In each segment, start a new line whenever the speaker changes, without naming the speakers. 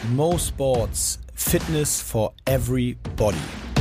Mo Sports, Fitness for everybody.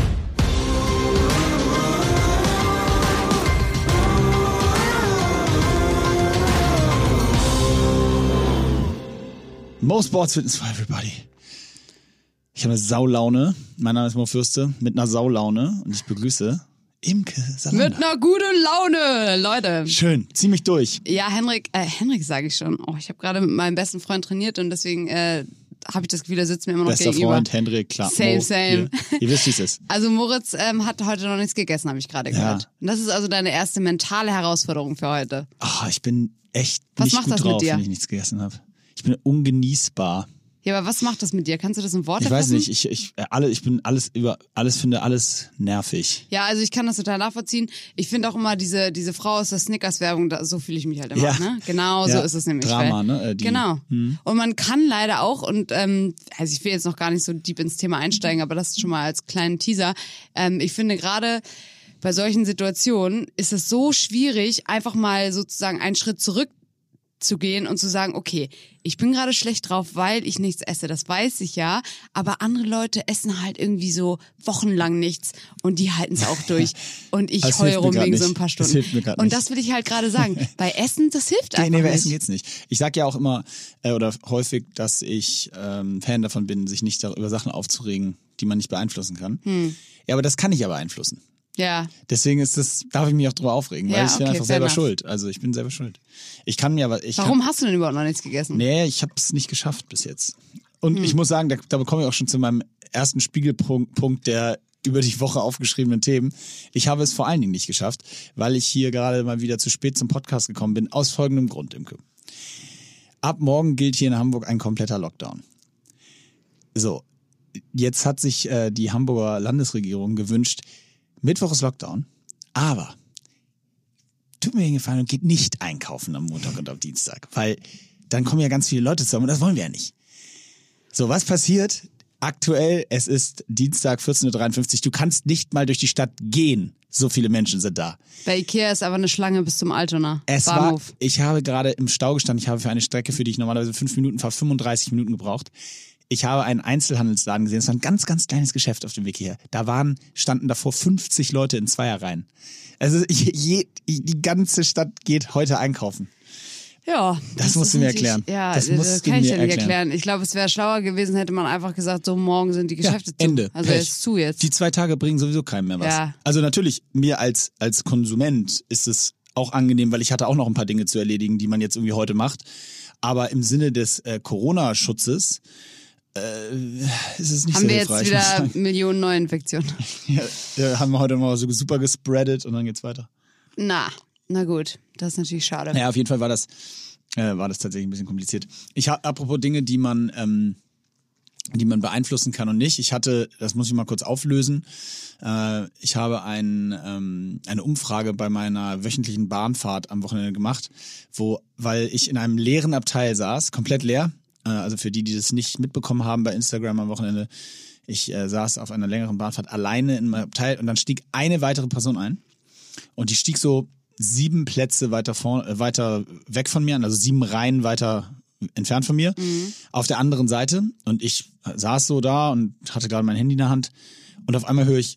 Mo Sports, Fitness for everybody. Ich habe eine Saulaune. Mein Name ist Mo Fürste mit einer Saulaune und ich begrüße Imke Salander.
Mit einer guten Laune, Leute.
Schön, zieh mich durch.
Ja, Henrik sage ich schon. Oh, ich habe gerade mit meinem besten Freund trainiert und deswegen habe ich das Gefühl, der sitzt mir immer noch
Bester
gegenüber.
Freund, Henrik, klar.
Same,
Mo,
same.
Ihr wisst, wie es ist.
Also Moritz hat heute noch nichts gegessen, habe ich gerade gehört. Und das ist also deine erste mentale Herausforderung für heute.
Ach, ich bin echt
Was
nicht
macht
gut
das mit
drauf,
dir?
wenn ich nichts gegessen habe. Ich bin ungenießbar.
Ja, aber was macht das mit dir? Kannst du das in Worte
Ich weiß
fassen?
nicht, ich bin finde alles nervig.
Ja, also ich kann das total nachvollziehen. Ich finde auch immer diese Frau aus der Snickers-Werbung, so fühle ich mich halt immer.
Ja.
Ne? Genau so ist es nämlich.
Drama, ne?
Genau. Und man kann leider auch, und also ich will jetzt noch gar nicht so deep ins Thema einsteigen, aber das schon mal als kleinen Teaser. Ich finde gerade bei solchen Situationen ist es so schwierig, einfach mal sozusagen einen Schritt zurück zu gehen und zu sagen, okay, ich bin gerade schlecht drauf, weil ich nichts esse, das weiß ich ja, aber andere Leute essen halt irgendwie so wochenlang nichts und die halten es auch durch und ich
Das
heule
hilft mir
rum
grad
wegen so
nicht.
ein paar
Das
Stunden.
hilft mir grad
Und
nicht.
das will ich halt gerade sagen, bei Essen, das hilft einfach
Nee, bei
nicht.
Essen geht's nicht. Ich sag ja auch immer, oder häufig, dass ich Fan davon bin, sich nicht über Sachen aufzuregen, die man nicht beeinflussen kann. Ja, aber das kann ich ja beeinflussen.
Ja.
Deswegen darf ich mich auch drüber aufregen, weil
Ja,
ich bin
okay,
einfach
fair
selber
enough.
schuld. Also ich bin selber schuld.
Warum hast du denn überhaupt noch nichts gegessen?
Nee, ich habe es nicht geschafft bis jetzt. Und ich muss sagen, da bekomme ich auch schon zu meinem ersten Spiegelpunkt der über die Woche aufgeschriebenen Themen. Ich habe es vor allen Dingen nicht geschafft, weil ich hier gerade mal wieder zu spät zum Podcast gekommen bin, aus folgendem Grund, Imke. Ab morgen gilt hier in Hamburg ein kompletter Lockdown. So, jetzt hat sich die Hamburger Landesregierung gewünscht, Mittwoch ist Lockdown, aber tut mir den Gefallen und geht nicht einkaufen am Montag und am Dienstag, weil dann kommen ja ganz viele Leute zusammen und das wollen wir ja nicht. So, was passiert? Aktuell, es ist Dienstag 14.53 Uhr, du kannst nicht mal durch die Stadt gehen, so viele Menschen sind da.
Bei Ikea ist aber eine Schlange bis zum Altona Bahnhof.
Ich habe gerade im Stau gestanden, ich habe für eine Strecke, für die ich normalerweise 5 Minuten fahre, 35 Minuten gebraucht. Ich habe einen Einzelhandelsladen gesehen, es war ein ganz, ganz kleines Geschäft auf dem Weg hierher. Standen davor 50 Leute in Zweierreihen. Also die ganze Stadt geht heute einkaufen.
Ja.
Das musst du mir erklären.
Ja,
das musst du
kann ich
mir
dir nicht erklären. Ich glaube, es wäre schlauer gewesen, hätte man einfach gesagt, so morgen sind die Geschäfte zu.
Ende.
Also
Pech.
er ist zu jetzt.
Die 2 Tage bringen sowieso keinem mehr was.
Ja.
Also natürlich, mir als Konsument ist es auch angenehm, weil ich hatte auch noch ein paar Dinge zu erledigen, die man jetzt irgendwie heute macht. Aber im Sinne des Corona-Schutzes ist es nicht
Haben
so
wir jetzt
hilfreich, muss ich
wieder
sagen.
Millionen Neuinfektionen.
Ja, haben wir heute mal so gespreadet und dann geht's weiter.
Na gut, das ist natürlich schade.
Naja, auf jeden Fall war das tatsächlich ein bisschen kompliziert. Apropos Dinge, die man beeinflussen kann und nicht. Das muss ich mal kurz auflösen. Ich habe eine Umfrage bei meiner wöchentlichen Bahnfahrt am Wochenende gemacht, weil ich in einem leeren Abteil saß, komplett leer. Also für die das nicht mitbekommen haben bei Instagram am Wochenende, ich saß auf einer längeren Bahnfahrt alleine in meinem Abteil und dann stieg eine weitere Person ein und die stieg so 7 Plätze weiter weg von mir, also 7 Reihen weiter entfernt von mir, auf der anderen Seite und ich saß so da und hatte gerade mein Handy in der Hand und auf einmal höre ich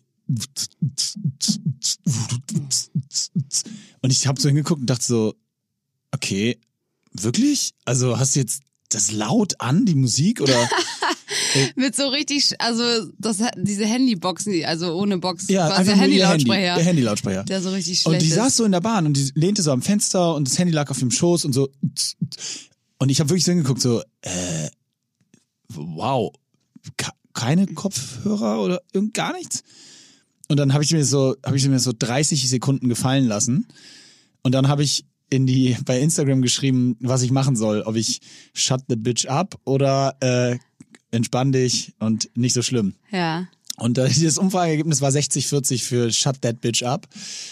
und ich habe so hingeguckt und dachte so, okay, wirklich? Also hast du jetzt das laut an, die Musik, oder?
Mit so richtig, also diese Handyboxen, also ohne Box,
Ja,
quasi
einfach nur ihr
Handy-Lautsprecher.
Der Handy-Lautsprecher.
Der so richtig schlecht
Und die
ist.
saß so in der Bahn und die lehnte so am Fenster und das Handy lag auf dem Schoß und so. Und ich habe wirklich so hingeguckt, so, wow, keine Kopfhörer oder gar nichts? Und dann habe ich mir so 30 Sekunden gefallen lassen und dann habe ich bei Instagram geschrieben, was ich machen soll, ob ich shut the bitch up oder entspann dich und nicht so schlimm.
Ja.
Und dieses Umfrageergebnis war 60-40 für shut that bitch up.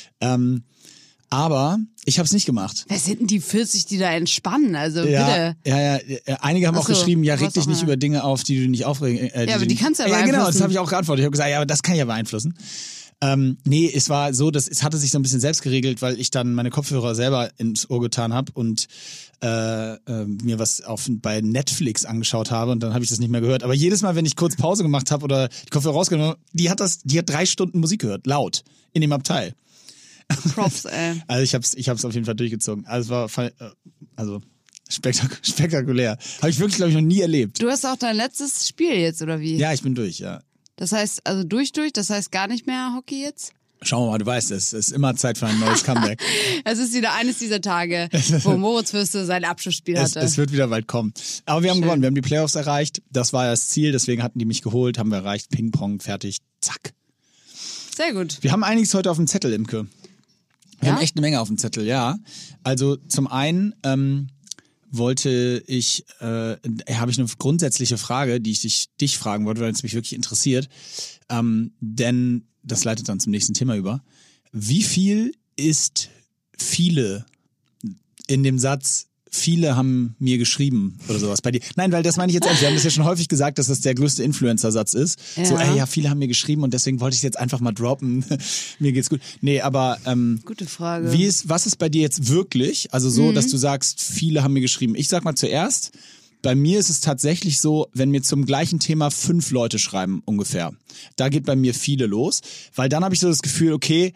Aber ich habe es nicht gemacht.
Wer sind denn die 40, die da entspannen? Also
Ja,
bitte.
ja. Einige haben auch
Ach so,
geschrieben, ja, reg
was
dich
auch
nicht
immer.
über Dinge auf, die du nicht aufregen.
Ja, aber die kannst du ja
Ja, genau, das
beeinflussen.
habe ich auch geantwortet. Ich habe gesagt, ja, aber das kann ich ja beeinflussen. Nee, es war so, es hatte sich so ein bisschen selbst geregelt, weil ich dann meine Kopfhörer selber ins Ohr getan habe und mir was bei Netflix angeschaut habe und dann habe ich das nicht mehr gehört. Aber jedes Mal, wenn ich kurz Pause gemacht habe oder die Kopfhörer rausgenommen habe, die hat 3 Stunden Musik gehört, laut, in dem Abteil.
Props, ey.
Also ich hab's auf jeden Fall durchgezogen. Also es war spektakulär. Habe ich wirklich, glaube ich, noch nie erlebt.
Du hast auch dein letztes Spiel jetzt, oder wie?
Ja, ich bin durch, ja.
Das heißt, also durch, das heißt gar nicht mehr Hockey jetzt?
Schauen wir mal, du weißt, es ist immer Zeit für ein neues Comeback.
Es ist wieder eines dieser Tage, wo Moritz Fürste sein Abschlussspiel hatte.
Es wird wieder bald kommen. Aber wir haben gewonnen, wir haben die Playoffs erreicht. Das war das Ziel, deswegen hatten die mich geholt, haben wir erreicht. Ping-Pong, fertig, zack.
Sehr gut.
Wir haben einiges heute auf dem Zettel, Imke. Wir haben echt eine Menge auf dem Zettel, ja. Also zum einen habe ich eine grundsätzliche Frage, die ich dich fragen wollte, weil es mich wirklich interessiert. Denn das leitet dann zum nächsten Thema über. Wie viel ist viele in dem Satz, viele haben mir geschrieben oder sowas bei dir? Nein, weil das meine ich jetzt ernst. Wir haben das ja schon häufig gesagt, dass das der größte Influencer-Satz ist. Ja. So, viele haben mir geschrieben und deswegen wollte ich es jetzt einfach mal droppen. Mir geht's gut. Nee, aber
gute Frage.
Was ist bei dir jetzt wirklich? Also so, dass du sagst, viele haben mir geschrieben. Ich sag mal zuerst, bei mir ist es tatsächlich so, wenn mir zum gleichen Thema 5 Leute schreiben ungefähr. Da geht bei mir viele los, weil dann habe ich so das Gefühl, okay,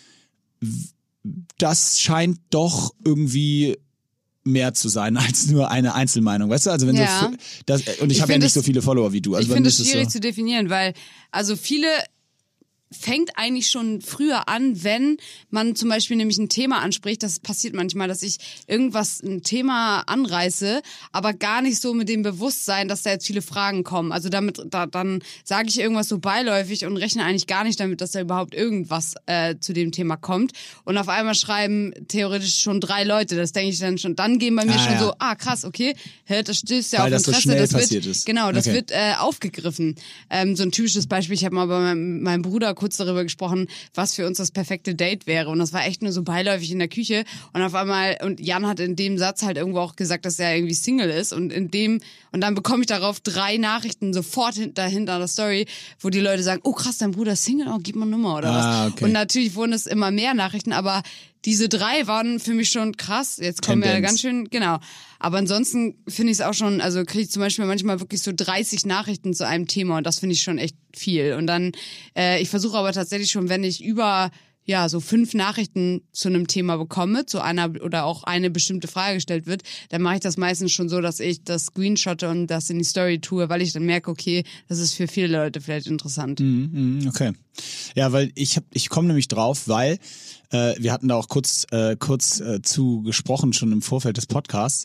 das scheint doch irgendwie mehr zu sein als nur eine Einzelmeinung, weißt du? Also wenn und ich habe ja nicht so viele Follower wie du. Also
ich finde es schwierig zu definieren, weil also viele fängt eigentlich schon früher an, wenn man zum Beispiel nämlich ein Thema anspricht. Das passiert manchmal, dass ich ein Thema anreiße, aber gar nicht so mit dem Bewusstsein, dass da jetzt viele Fragen kommen. Also dann sage ich irgendwas so beiläufig und rechne eigentlich gar nicht damit, dass da überhaupt irgendwas zu dem Thema kommt. Und auf einmal schreiben theoretisch schon 3 Leute. Das denke ich dann schon. Dann gehen bei mir schon so, krass, okay, das stößt ja auf Interesse.
So schnell passiert ist.
Genau, das wird aufgegriffen. So ein typisches Beispiel, ich habe mal bei meinem Bruder kurz darüber gesprochen, was für uns das perfekte Date wäre. Und das war echt nur so beiläufig in der Küche. Und auf einmal, und Jan hat in dem Satz halt irgendwo auch gesagt, dass er irgendwie Single ist. Und dann bekomme ich darauf 3 Nachrichten sofort dahinter der Story, wo die Leute sagen, oh krass, dein Bruder ist Single, gib mal eine Nummer oder was. Okay. Und natürlich wurden es immer mehr Nachrichten, aber diese 3 waren für mich schon krass. Jetzt kommen wir ganz schön, genau. Aber ansonsten finde ich es auch schon, also kriege ich zum Beispiel manchmal wirklich so 30 Nachrichten zu einem Thema und das finde ich schon echt viel. Und dann, ich versuche aber tatsächlich schon, wenn ich über so 5 Nachrichten zu einem Thema bekomme, zu einer oder auch eine bestimmte Frage gestellt wird, dann mache ich das meistens schon so, dass ich das screenshotte und das in die Story tue, weil ich dann merke, okay, das ist für viele Leute vielleicht interessant.
Okay. Ja, weil ich komme nämlich drauf, weil wir hatten da auch kurz zu gesprochen, schon im Vorfeld des Podcasts,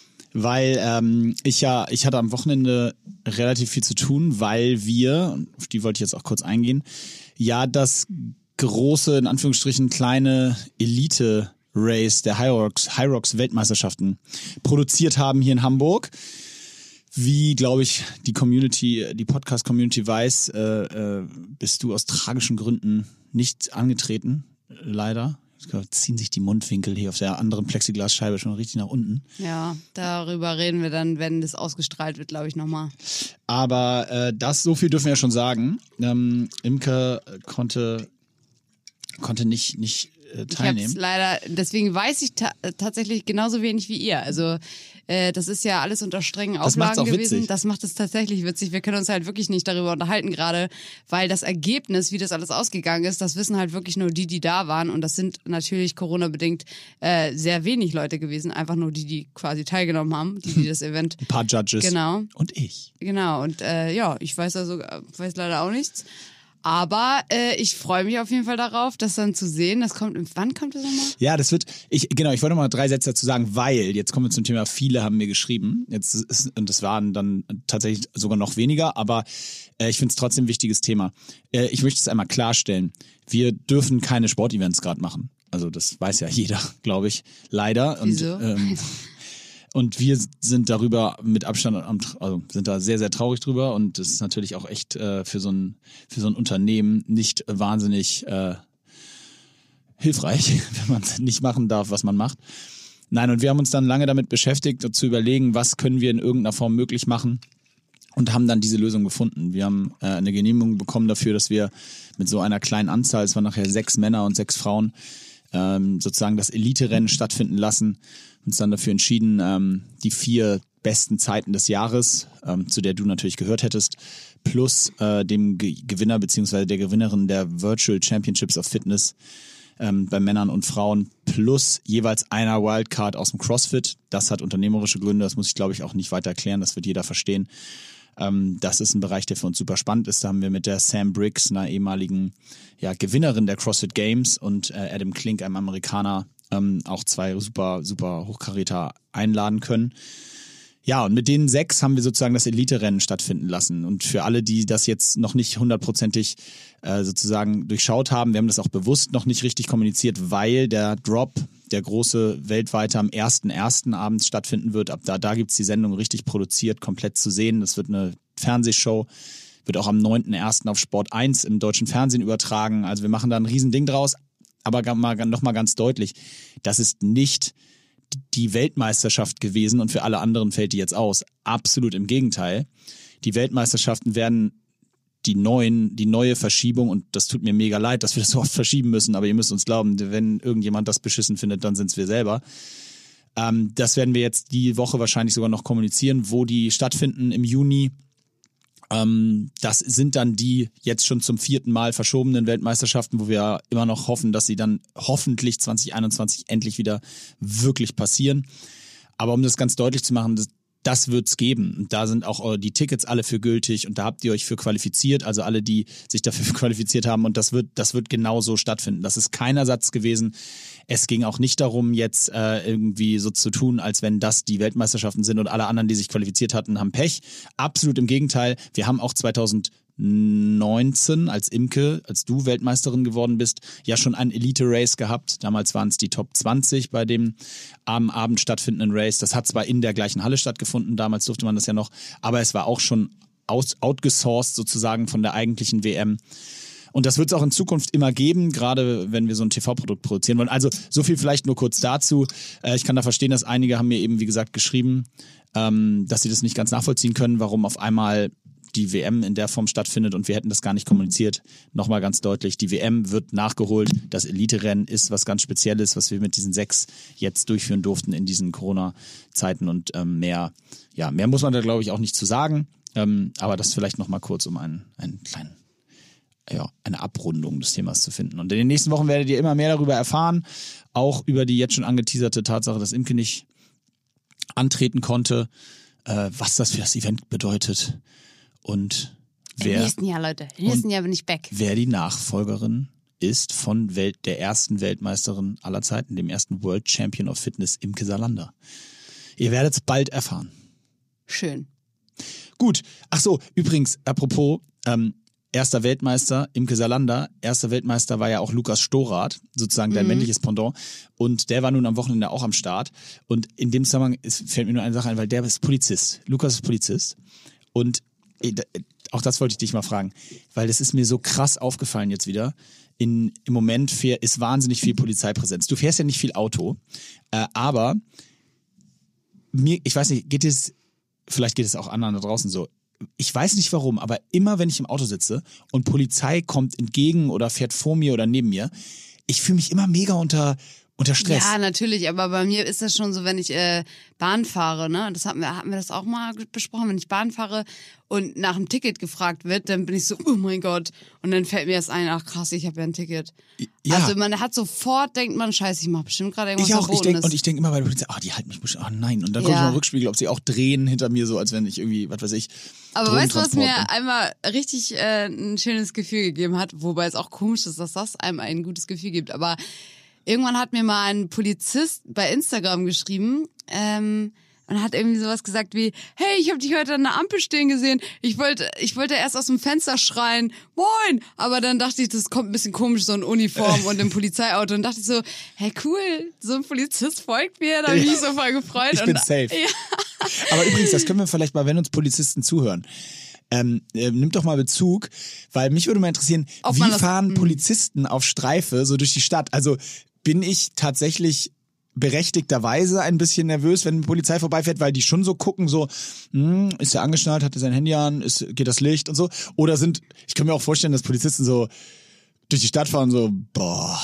weil ich hatte am Wochenende relativ viel zu tun, weil wir, auf die wollte ich jetzt auch kurz eingehen, das große, in Anführungsstrichen kleine Elite-Race der High Rocks Weltmeisterschaften produziert haben hier in Hamburg. Wie, glaube ich, die Podcast-Community weiß, bist du aus tragischen Gründen nicht angetreten, leider. Jetzt ziehen sich die Mundwinkel hier auf der anderen Plexiglasscheibe schon richtig nach unten.
Ja, darüber reden wir dann, wenn das ausgestrahlt wird, glaube ich, nochmal.
Aber so viel dürfen wir ja schon sagen. Imke konnte nicht teilnehmen.
Ich hab's leider, deswegen weiß ich tatsächlich genauso wenig wie ihr. Also das ist ja alles unter strengen Auflagen gewesen.
Witzig.
Das macht es tatsächlich witzig. Wir können uns halt wirklich nicht darüber unterhalten gerade, weil das Ergebnis, wie das alles ausgegangen ist, das wissen halt wirklich nur die da waren. Und das sind natürlich Corona-bedingt sehr wenig Leute gewesen. Einfach nur die quasi teilgenommen haben, die das Event.
Ein paar Judges.
Genau.
Und ich.
Genau. Und ich weiß leider auch nichts. Aber ich freue mich auf jeden Fall darauf, das dann zu sehen. Wann kommt das nochmal?
Ja, ich wollte mal 3 Sätze dazu sagen, weil, jetzt kommen wir zum Thema, viele haben mir geschrieben. Und das waren dann tatsächlich sogar noch weniger, aber ich finde es trotzdem ein wichtiges Thema. Ich möchte es einmal klarstellen. Wir dürfen keine Sportevents gerade machen. Also das weiß ja jeder, glaube ich, leider.
Wieso?
Und wir sind darüber mit Abstand, sind da sehr, sehr traurig drüber. Und das ist natürlich auch echt für so ein Unternehmen nicht wahnsinnig hilfreich, wenn man nicht machen darf, was man macht. Nein, und wir haben uns dann lange damit beschäftigt, zu überlegen, was können wir in irgendeiner Form möglich machen. und haben dann diese Lösung gefunden. Wir haben eine Genehmigung bekommen dafür, dass wir mit so einer kleinen Anzahl, es waren nachher 6 Männer und 6 Frauen, sozusagen das Elite-Rennen stattfinden lassen. Uns dann dafür entschieden, die 4 besten Zeiten des Jahres, zu der du natürlich gehört hättest, plus dem Gewinner bzw. der Gewinnerin der Virtual Championships of Fitness bei Männern und Frauen, plus jeweils einer Wildcard aus dem CrossFit. Das hat unternehmerische Gründe, das muss ich, glaube ich, auch nicht weiter erklären, das wird jeder verstehen. Das ist ein Bereich, der für uns super spannend ist. Da haben wir mit der Sam Briggs, einer ehemaligen Gewinnerin der CrossFit Games, und Adam Klink, einem Amerikaner, auch 2 super, super Hochkaräter einladen können. Ja, und mit den 6 haben wir sozusagen das Elite-Rennen stattfinden lassen. Und für alle, die das jetzt noch nicht 100%ig sozusagen durchschaut haben, wir haben das auch bewusst noch nicht richtig kommuniziert, weil der Drop, der große weltweite, am 1.1. abends stattfinden wird. Ab da gibt's die Sendung richtig produziert, komplett zu sehen. Das wird eine Fernsehshow, wird auch am 9.1. auf Sport 1 im deutschen Fernsehen übertragen. Also wir machen da ein Riesending draus. Aber nochmal ganz deutlich, das ist nicht die Weltmeisterschaft gewesen und für alle anderen fällt die jetzt aus. Absolut im Gegenteil. Die Weltmeisterschaften werden die neue Verschiebung, und das tut mir mega leid, dass wir das so oft verschieben müssen, aber ihr müsst uns glauben, wenn irgendjemand das beschissen findet, dann sind's wir selber. Das werden wir jetzt die Woche wahrscheinlich sogar noch kommunizieren, wo die stattfinden im Juni. Das sind dann die jetzt schon zum 4. Mal verschobenen Weltmeisterschaften, wo wir immer noch hoffen, dass sie dann hoffentlich 2021 endlich wieder wirklich passieren. Aber um das ganz deutlich zu machen, das wird's geben. Und da sind auch die Tickets alle für gültig und da habt ihr euch für qualifiziert, also alle, die sich dafür qualifiziert haben, und das wird genauso stattfinden. Das ist kein Ersatz gewesen. Es ging auch nicht darum, jetzt irgendwie so zu tun, als wenn das die Weltmeisterschaften sind und alle anderen, die sich qualifiziert hatten, haben Pech. Absolut im Gegenteil. Wir haben auch 2019, als Imke, als du Weltmeisterin geworden bist, ja schon ein Elite-Race gehabt. Damals waren es die Top 20 bei dem am Abend stattfindenden Race. Das hat zwar in der gleichen Halle stattgefunden, damals durfte man das ja noch, aber es war auch schon outgesourced sozusagen von der eigentlichen WM. Und das wird es auch in Zukunft immer geben, gerade wenn wir so ein TV-Produkt produzieren wollen. Also so viel vielleicht nur kurz dazu. Ich kann da verstehen, dass einige haben mir eben, wie gesagt, geschrieben, dass sie das nicht ganz nachvollziehen können, warum auf einmal die WM in der Form stattfindet und wir hätten das gar nicht kommuniziert. Nochmal ganz deutlich, die WM wird nachgeholt. Das Elite-Rennen ist was ganz Spezielles, was wir mit diesen 6 jetzt durchführen durften in diesen Corona-Zeiten, und mehr muss man da, glaube ich, auch nicht zu sagen. Aber das vielleicht nochmal kurz, um eine Abrundung des Themas zu finden. Und in den nächsten Wochen werdet ihr immer mehr darüber erfahren, auch über die jetzt schon angeteaserte Tatsache, dass Imke nicht antreten konnte, was das für das Event bedeutet und
Im nächsten Jahr, Leute. Im nächsten Jahr bin ich back.
Wer die Nachfolgerin ist von der ersten Weltmeisterin aller Zeiten, dem ersten World Champion of Fitness, Imke Salander. Ihr werdet es bald erfahren.
Schön.
Gut. Ach so, übrigens, apropos, erster Weltmeister, Imke Salander. Erster Weltmeister war ja auch Lukas Storath, sozusagen dein männliches Pendant. Und der war nun am Wochenende auch am Start. Und in dem Zusammenhang fällt mir nur eine Sache ein, weil der ist Polizist. Lukas ist Polizist. Und auch das wollte ich dich mal fragen, weil das ist mir so krass aufgefallen jetzt wieder. Im Moment ist wahnsinnig viel Polizeipräsenz. Du fährst ja nicht viel Auto, aber ich weiß nicht, vielleicht geht es auch anderen da draußen so. Ich weiß nicht warum, aber immer wenn ich im Auto sitze und Polizei kommt entgegen oder fährt vor mir oder neben mir, ich fühle mich immer mega unter Stress.
Ja, natürlich, aber bei mir ist das schon so, wenn ich Bahn fahre, ne? Das hatten wir das auch mal besprochen, wenn ich Bahn fahre und nach dem Ticket gefragt wird, dann bin ich so, oh mein Gott. Und dann fällt mir erst ein, ach krass, ich habe ja ein Ticket. Ja. Also man hat sofort, denkt man, scheiße, ich mache bestimmt gerade irgendwas Verbotenes.
Ich denke immer bei der Polizei, die halten mich bestimmt, nein. Und dann gucke ich mal im Rückspiegel, ob sie auch drehen hinter mir, so als wenn ich irgendwie, was weiß ich.
Aber weißt du, was mir einmal richtig ein schönes Gefühl gegeben hat, wobei es auch komisch ist, dass das einem ein gutes Gefühl gibt, aber irgendwann hat mir mal ein Polizist bei Instagram geschrieben und hat irgendwie sowas gesagt wie, hey, ich habe dich heute an der Ampel stehen gesehen. Ich wollte erst aus dem Fenster schreien, moin. Aber dann dachte ich, das kommt ein bisschen komisch, so in Uniform und im Polizeiauto. Und dachte ich so, hey, cool, so ein Polizist folgt mir. Da habe ich mich so voll gefreut.
Ich bin safe. Ja. Aber übrigens, das können wir vielleicht mal, wenn uns Polizisten zuhören, nimmt doch mal Bezug, weil mich würde mal interessieren, wie fahren Polizisten auf Streife so durch die Stadt? Also bin ich tatsächlich berechtigterweise ein bisschen nervös, wenn die Polizei vorbeifährt, weil die schon so gucken, so, ist er angeschnallt, hat er sein Handy an, geht das Licht und so. Oder ich kann mir auch vorstellen, dass Polizisten so durch die Stadt fahren, so, boah,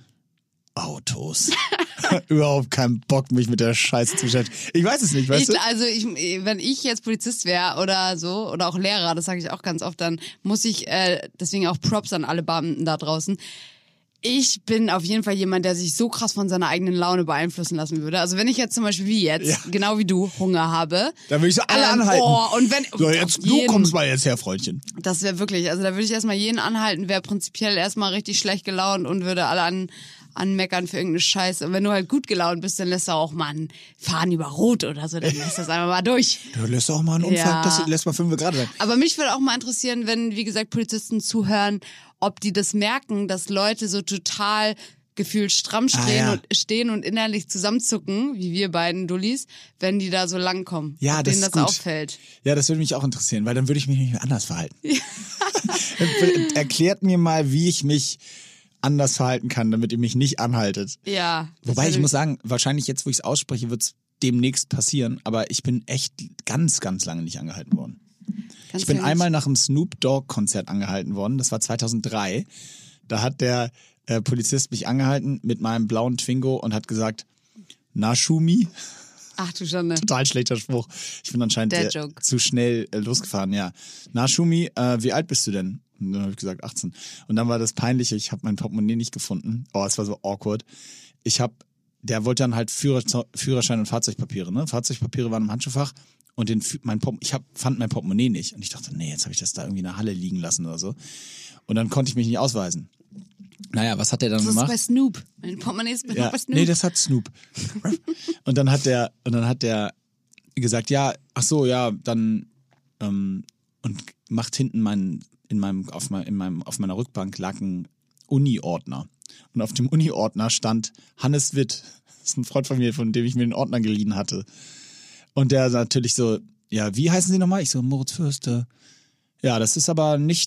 Autos. Überhaupt keinen Bock, mich mit der Scheiße zu beschäftigen. Ich weiß es nicht, weißt du?
Also wenn ich jetzt Polizist wäre oder so, oder auch Lehrer, das sage ich auch ganz oft, dann muss ich, deswegen auch Props an alle Beamten da draußen, ich bin auf jeden Fall jemand, der sich so krass von seiner eigenen Laune beeinflussen lassen würde. Also wenn ich jetzt zum Beispiel wie jetzt, genau wie du, Hunger habe.
Dann würde ich so alle anhalten.
Und wenn,
so, jetzt, du kommst mal jetzt her, Freundchen.
Das wäre wirklich, also da würde ich erstmal jeden anhalten, wäre prinzipiell erstmal richtig schlecht gelaunt und würde alle anmeckern für irgendeine Scheiße. Und wenn du halt gut gelaunt bist, dann lässt du auch mal ein Fahren über Rot oder so, dann lässt das einfach mal durch.
Du lässt auch mal einen Unfall, das lässt mal 5 Grad sein.
Aber mich würde auch mal interessieren, wenn, wie gesagt, Polizisten zuhören, ob die das merken, dass Leute so total gefühlt stramm stehen und innerlich zusammenzucken, wie wir beiden Dullis, wenn die da so lang kommen.
Ja,
ob
das
denen
ist
das
gut.
auffällt.
Ja, das würde mich auch interessieren, weil dann würde ich mich nicht anders verhalten. Erklärt mir mal, wie ich mich anders verhalten kann, damit ihr mich nicht anhaltet.
Ja.
Wobei ich muss sagen, wahrscheinlich jetzt, wo ich es ausspreche, wird es demnächst passieren, aber ich bin echt ganz, ganz lange nicht angehalten worden. Ich bin einmal nach einem Snoop Dogg-Konzert angehalten worden, das war 2003. Da hat der Polizist mich angehalten mit meinem blauen Twingo und hat gesagt, na Schumi?
Ach du Schande.
Total schlechter Spruch. Ich bin anscheinend zu schnell losgefahren, ja. Na Schumi, wie alt bist du denn? Und dann habe ich gesagt 18. Und dann war das Peinliche, ich habe mein Portemonnaie nicht gefunden. Oh, es war so awkward. Der wollte dann halt Führerschein und Fahrzeugpapiere, ne? Fahrzeugpapiere waren im Handschuhfach und fand mein Portemonnaie nicht. Und ich dachte, nee, jetzt habe ich das da irgendwie in der Halle liegen lassen oder so. Und dann konnte ich mich nicht ausweisen. Naja, was hat der dann gemacht?
Das ist bei Snoop. Mein Portemonnaie ist bei Snoop.
Nee, das hat Snoop. Und dann hat der gesagt, ja, ach so, ja, dann und macht hinten auf meiner Rückbank lag ein Uni-Ordner. Und auf dem Uni-Ordner stand Hannes Witt. Das ist ein Freund von mir, von dem ich mir den Ordner geliehen hatte. Und der natürlich so, ja, wie heißen Sie nochmal? Ich so, Moritz Fürste. Ja, das ist aber dann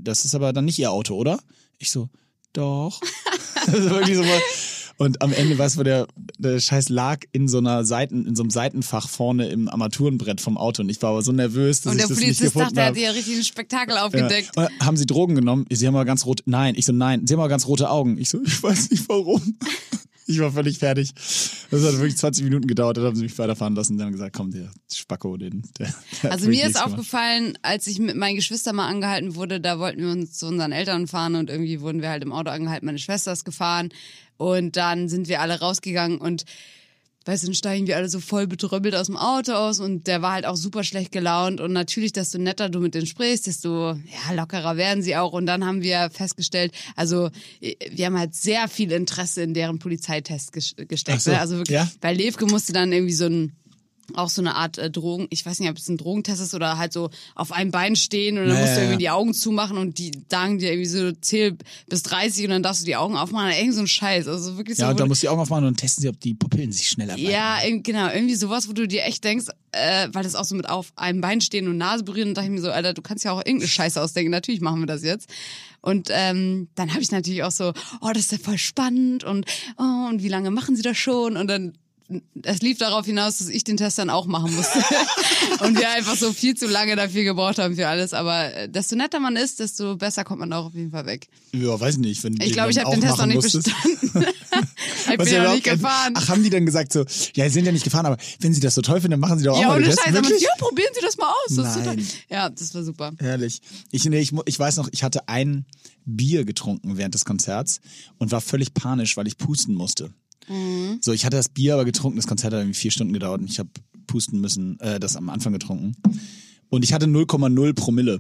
nicht Ihr Auto, oder? Ich so, doch. Also wirklich so mal. Und am Ende, weißt du, wo der Scheiß lag in so einem Seitenfach vorne im Armaturenbrett vom Auto. Und ich war aber so nervös, dass ich das nicht gefunden habe. Und der Polizist dachte,
er hat ja richtig ein Spektakel aufgedeckt.
Ja. Haben Sie Drogen genommen? Sie haben aber ganz rote, nein. Ich so, nein. Sie haben aber ganz rote Augen. Ich so, ich weiß nicht warum. Ich war völlig fertig. Das hat wirklich 20 Minuten gedauert, dann haben sie mich weiterfahren lassen und dann gesagt, komm, der Spacko, der
also mir ist aufgefallen, als ich mit meinen Geschwistern mal angehalten wurde, da wollten wir uns zu unseren Eltern fahren und irgendwie wurden wir halt im Auto angehalten, meine Schwester ist gefahren und dann sind wir alle rausgegangen und weißt du, dann steigen wir alle so voll betröppelt aus dem Auto aus und der war halt auch super schlecht gelaunt und natürlich, desto netter du mit denen sprichst, desto lockerer werden sie auch und dann haben wir festgestellt, also wir haben halt sehr viel Interesse in deren Polizeitest gesteckt.
So,
ne? Also wirklich, bei Levke musste dann irgendwie auch so eine Art Drogen, ich weiß nicht, ob es ein Drogentest ist oder halt so auf einem Bein stehen und dann musst du irgendwie die Augen zumachen und die sagen dir irgendwie so, zähl bis 30 und dann darfst du die Augen aufmachen, irgend so ein Scheiß. Also wirklich so.
Ja, und dann musst du die Augen aufmachen und testen sie, ob die Pupillen sich schneller weiten.
Ja, genau, irgendwie sowas, wo du dir echt denkst, weil das auch so mit auf einem Bein stehen und Nase berühren und dachte ich mir so, Alter, du kannst ja auch irgendeine Scheiße ausdenken, natürlich machen wir das jetzt. Und dann habe ich natürlich auch so, oh, das ist ja voll spannend und wie lange machen sie das schon? Und dann es lief darauf hinaus, dass ich den Test dann auch machen musste. Und wir einfach so viel zu lange dafür gebraucht haben für alles. Aber desto netter man ist, desto besser kommt man auch auf jeden Fall weg.
Ja, weiß nicht.
Ich glaube, ich habe den Test noch nicht bestanden. Ich bin ja noch nicht gefahren.
Ach, haben die dann gesagt so, ja, sie sind ja nicht gefahren, aber wenn sie das so toll finden, dann machen sie doch auch mal den Test.
Ja, probieren Sie das mal aus. Das
Nein.
Ja, das war super.
Herrlich. Ich weiß noch, ich hatte ein Bier getrunken während des Konzerts und war völlig panisch, weil ich pusten musste. Mhm. So, ich hatte das Bier aber getrunken, das Konzert hat irgendwie 4 Stunden gedauert und ich habe pusten müssen, das am Anfang getrunken. Und ich hatte 0,0 Promille.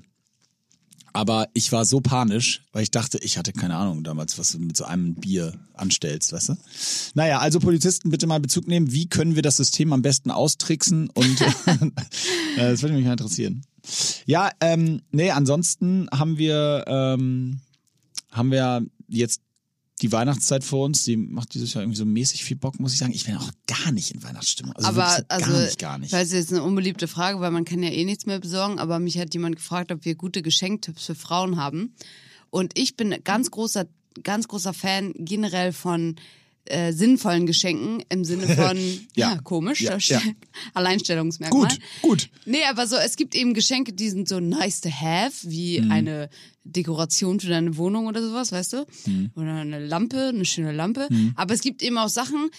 Aber ich war so panisch, weil ich dachte, ich hatte keine Ahnung damals, was du mit so einem Bier anstellst, weißt du? Naja, also Polizisten bitte mal Bezug nehmen, wie können wir das System am besten austricksen und das würde mich mal interessieren. Ja, ansonsten haben wir jetzt die Weihnachtszeit vor uns, die macht dieses Jahr irgendwie so mäßig viel Bock, muss ich sagen. Ich bin auch gar nicht in Weihnachtsstimmung. Also
aber
gar nicht.
Ich weiß, jetzt eine unbeliebte Frage, weil man kann ja eh nichts mehr besorgen, aber mich hat jemand gefragt, ob wir gute Geschenktipps für Frauen haben. Und ich bin ganz großer Fan generell von sinnvollen Geschenken im Sinne von, komisch, Alleinstellungsmerkmal.
Gut.
Nee, aber so, es gibt eben Geschenke, die sind so nice to have, wie eine Dekoration für deine Wohnung oder sowas, weißt du? Oder eine schöne Lampe. Aber es gibt eben auch Sachen,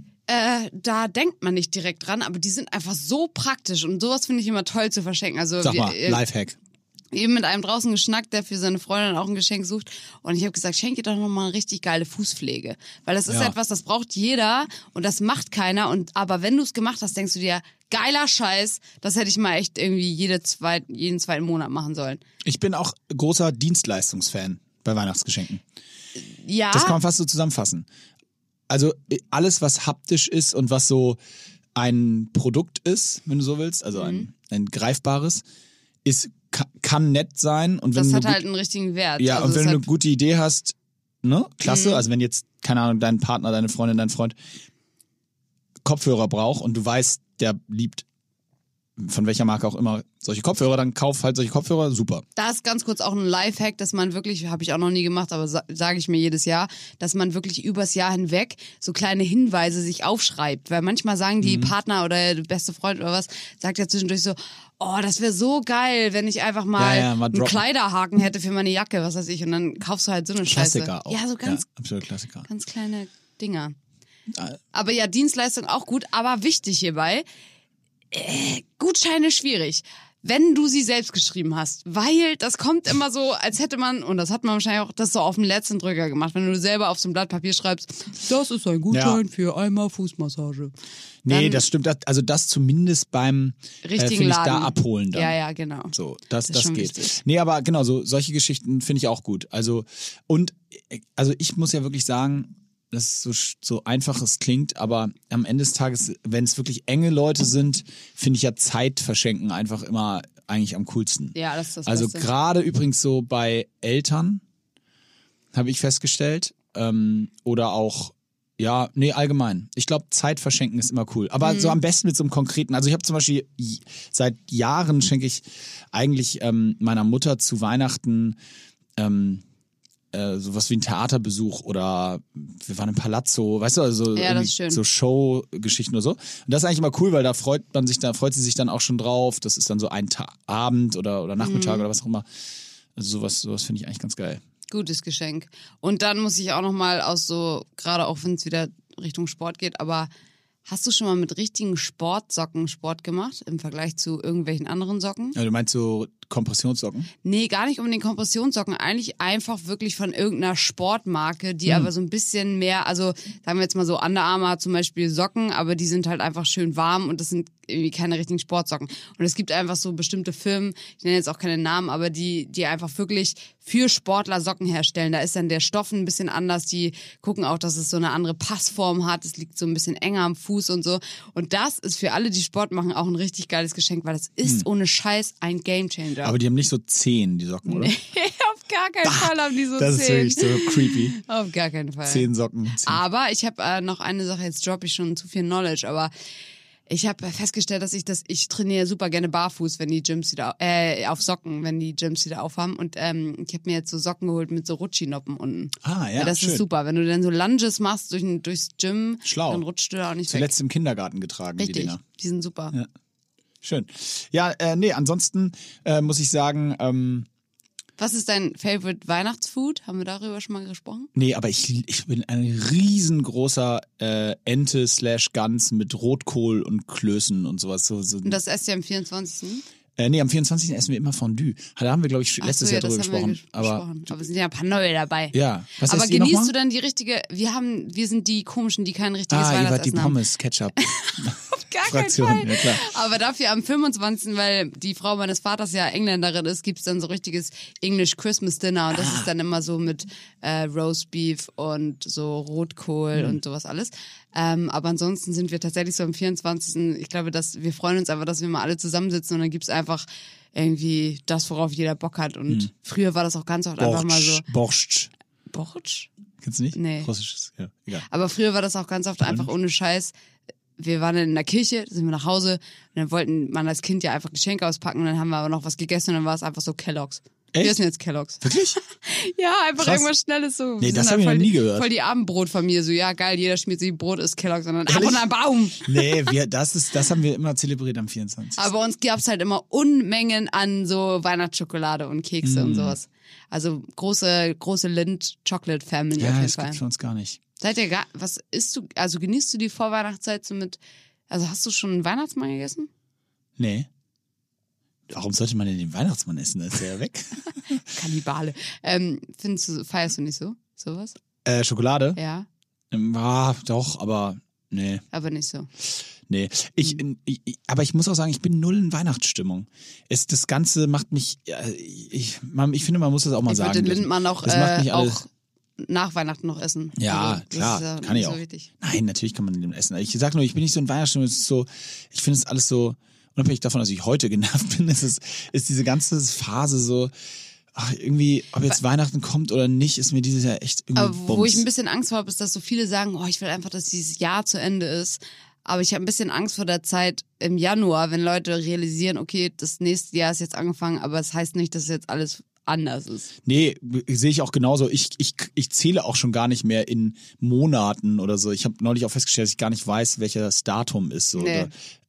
da denkt man nicht direkt dran, aber die sind einfach so praktisch und sowas finde ich immer toll zu verschenken. Also
Sag mal, Lifehack.
Eben mit einem draußen geschnackt, der für seine Freundin auch ein Geschenk sucht. Und ich habe gesagt, schenk ihr doch nochmal eine richtig geile Fußpflege. Weil das ist etwas, das braucht jeder und das macht keiner. Aber wenn du es gemacht hast, denkst du dir, geiler Scheiß, das hätte ich mal echt irgendwie jeden zweiten Monat machen sollen.
Ich bin auch großer Dienstleistungsfan bei Weihnachtsgeschenken.
Ja.
Das kann man fast so zusammenfassen. Also alles, was haptisch ist und was so ein Produkt ist, wenn du so willst, also ein greifbares, kann nett sein. Und wenn
das hat halt einen richtigen Wert.
Ja,
also
und wenn du eine gute Idee hast, ne, klasse. Also wenn jetzt, keine Ahnung, dein Partner, deine Freundin, dein Freund Kopfhörer braucht und du weißt, der liebt von welcher Marke auch immer solche Kopfhörer, dann kauf halt solche Kopfhörer, super.
Da ist ganz kurz auch ein Lifehack, dass man wirklich, habe ich auch noch nie gemacht, aber sage ich mir jedes Jahr, dass man wirklich übers Jahr hinweg so kleine Hinweise sich aufschreibt. Weil manchmal sagen die Partner oder der beste Freund oder was, sagt ja zwischendurch so, oh, das wäre so geil, wenn ich einfach mal einen Kleiderhaken hätte für meine Jacke, was weiß ich. Und dann kaufst du halt so eine
Klassiker
Scheiße.
auch.
Ja, so ganz,
absolut Klassiker.
Ganz kleine Dinger. Aber ja, Dienstleistung auch gut, aber wichtig hierbei, Gutscheine schwierig, wenn du sie selbst geschrieben hast, weil das kommt immer so, als hätte man, und das hat man wahrscheinlich auch das so auf dem letzten Drücker gemacht, wenn du selber auf so ein Blatt Papier schreibst, das ist ein Gutschein für einmal Fußmassage.
Nee, das stimmt, also das zumindest beim
richtigen
Laden.
Da
abholen dann.
Ja, genau.
So, das geht.
Wichtig.
Nee, aber genau, solche Geschichten finde ich auch gut. Also ich muss ja wirklich sagen, das ist so einfach es klingt, aber am Ende des Tages, wenn es wirklich enge Leute sind, finde ich ja Zeit verschenken einfach immer eigentlich am coolsten.
Ja, das ist das
Also
Beste.
gerade übrigens so bei Eltern habe ich festgestellt, oder auch allgemein. Ich glaube, Zeit verschenken ist immer cool. Aber so am besten mit so einem konkreten, also ich habe zum Beispiel seit Jahren schenke ich eigentlich meiner Mutter zu Weihnachten sowas wie ein Theaterbesuch oder wir waren im Palazzo, weißt du, also so Showgeschichten oder so. Und das ist eigentlich immer cool, weil da freut sie sich dann auch schon drauf. Das ist dann so ein Abend oder Nachmittag oder was auch immer. Also sowas finde ich eigentlich ganz geil.
Gutes Geschenk. Und dann muss ich auch nochmal gerade auch wenn es wieder Richtung Sport geht, aber hast du schon mal mit richtigen Sportsocken Sport gemacht im Vergleich zu irgendwelchen anderen Socken?
Ja, du meinst so Kompressionssocken?
Nee, gar nicht unbedingt Kompressionssocken. Eigentlich einfach wirklich von irgendeiner Sportmarke, die aber so ein bisschen mehr, also sagen wir jetzt mal so, Under Armour hat zum Beispiel Socken, aber die sind halt einfach schön warm und das sind irgendwie keine richtigen Sportsocken. Und es gibt einfach so bestimmte Firmen, ich nenne jetzt auch keine Namen, aber die einfach wirklich für Sportler Socken herstellen. Da ist dann der Stoff ein bisschen anders. Die gucken auch, dass es so eine andere Passform hat. Es liegt so ein bisschen enger am Fuß und so. Und das ist für alle, die Sport machen, auch ein richtig geiles Geschenk, weil das ist ohne Scheiß ein Gamechanger.
Aber die haben nicht so Zehen, die Socken, oder?
Nee, auf gar keinen Fall haben die so
das
Zehen.
Das ist wirklich so creepy.
Auf gar keinen Fall.
10 Socken. 10.
Aber ich habe noch eine Sache, jetzt droppe ich schon zu viel Knowledge, aber ich habe festgestellt, dass ich trainiere super gerne barfuß, wenn die Gyms wieder, auf Socken, wenn die Gyms wieder aufhaben. Und ich habe mir jetzt so Socken geholt mit so Rutschinoppen unten.
Ah, ja,
das
schön.
ist super. Wenn du dann so Lunges machst durchs Gym,
Schlau.
dann rutscht du da auch nicht
Zuletzt
weg.
im Kindergarten getragen,
Richtig,
die Dinger.
die sind super.
Ja. Schön. Ja, ansonsten muss ich sagen,
Was ist dein Favorite Weihnachtsfood? Haben wir darüber schon mal gesprochen?
nee, aber ich bin ein riesengroßer Ente/Gans mit Rotkohl und Klößen und sowas. So.
Und das esst ihr am 24.
Nee, am 24. essen wir immer Fondue. Da haben wir, glaube ich, letztes Jahr drüber gesprochen.
Aber es sind ja ein paar neue dabei.
Ja. Was
aber
esst ihr
genießt
noch mal?
du dann die richtige, wir sind die Komischen, die kein richtiges
ihr wart die
Weihnachtsessen haben.
Pommes, Ketchup.
Auf gar
Fraktion,
keinen Fall.
ja klar.
Aber dafür am 25., weil die Frau meines Vaters ja Engländerin ist, gibt's dann so richtiges English Christmas Dinner und das ist dann immer so mit Roast Beef und so Rotkohl und sowas alles. Aber ansonsten sind wir tatsächlich so am 24. Ich glaube, wir freuen uns einfach, dass wir mal alle zusammensitzen und dann gibt's einfach irgendwie das, worauf jeder Bock hat. Und früher war das auch ganz oft einfach mal so.
Borscht.
Borscht?
Kennst du nicht?
Nee.
Russisches, ja, egal.
Aber früher war das auch ganz oft einfach ohne Scheiß. Wir waren dann in der Kirche, sind wir nach Hause und dann wollten man als Kind ja einfach Geschenke auspacken und dann haben wir aber noch was gegessen und dann war es einfach so Kellogg's. Wir essen jetzt Kellogg's.
Wirklich?
Ja, einfach
Krass.
irgendwas Schnelles so.
Nee,
Wir
das
sind
hab ich noch
voll
nie
die-
gehört.
Voll die Abendbrotfamilie. So, ja geil, jeder schmiert sich Brot, isst Kellogg's, sondern ab und ein Baum.
Nee, das haben wir immer zelebriert am 24.
Aber bei uns gab's halt immer Unmengen an so Weihnachtsschokolade und Kekse und sowas. Also große Lind-Chocolate-Family
ja,
auf jeden
das
Fall.
gibt's für uns gar nicht.
Seid ihr was isst du, also genießt du die Vorweihnachtszeit so mit, also hast du schon einen Weihnachtsmann gegessen?
Nee. Warum sollte man denn den Weihnachtsmann essen? Da ist der ja weg.
Kannibale. Feierst du nicht so? Sowas?
Schokolade?
Ja,
Doch, aber nee.
aber nicht so.
Nee. Aber ich muss auch sagen, ich bin null in Weihnachtsstimmung. Das Ganze macht mich, ich finde, man muss das auch mal
Ich
sagen.
würde den Lindmann auch,
das macht mich alles-
auch nach Weihnachten noch essen.
Ja,
Also, das
klar,
ist ja
kann ich
nicht
auch.
So wichtig.
Nein, natürlich kann man den essen. Ich sag nur, ich bin nicht so in Weihnachtsstimmung. Es ist so, ich finde es alles so, unabhängig davon, dass ich heute genervt bin, ist diese ganze Phase so, irgendwie, ob jetzt Weihnachten kommt oder nicht, ist mir dieses Jahr echt irgendwie
Aber wo
Bums.
ich ein bisschen Angst vor habe, ist, dass so viele sagen, oh, ich will einfach, dass dieses Jahr zu Ende ist. Aber ich habe ein bisschen Angst vor der Zeit im Januar, wenn Leute realisieren, okay, das nächste Jahr ist jetzt angefangen, aber es heißt nicht, dass jetzt alles anders ist.
Nee, sehe ich auch genauso. Ich zähle auch schon gar nicht mehr in Monaten oder so. Ich habe neulich auch festgestellt, dass ich gar nicht weiß, welches Datum ist. So,
Nee.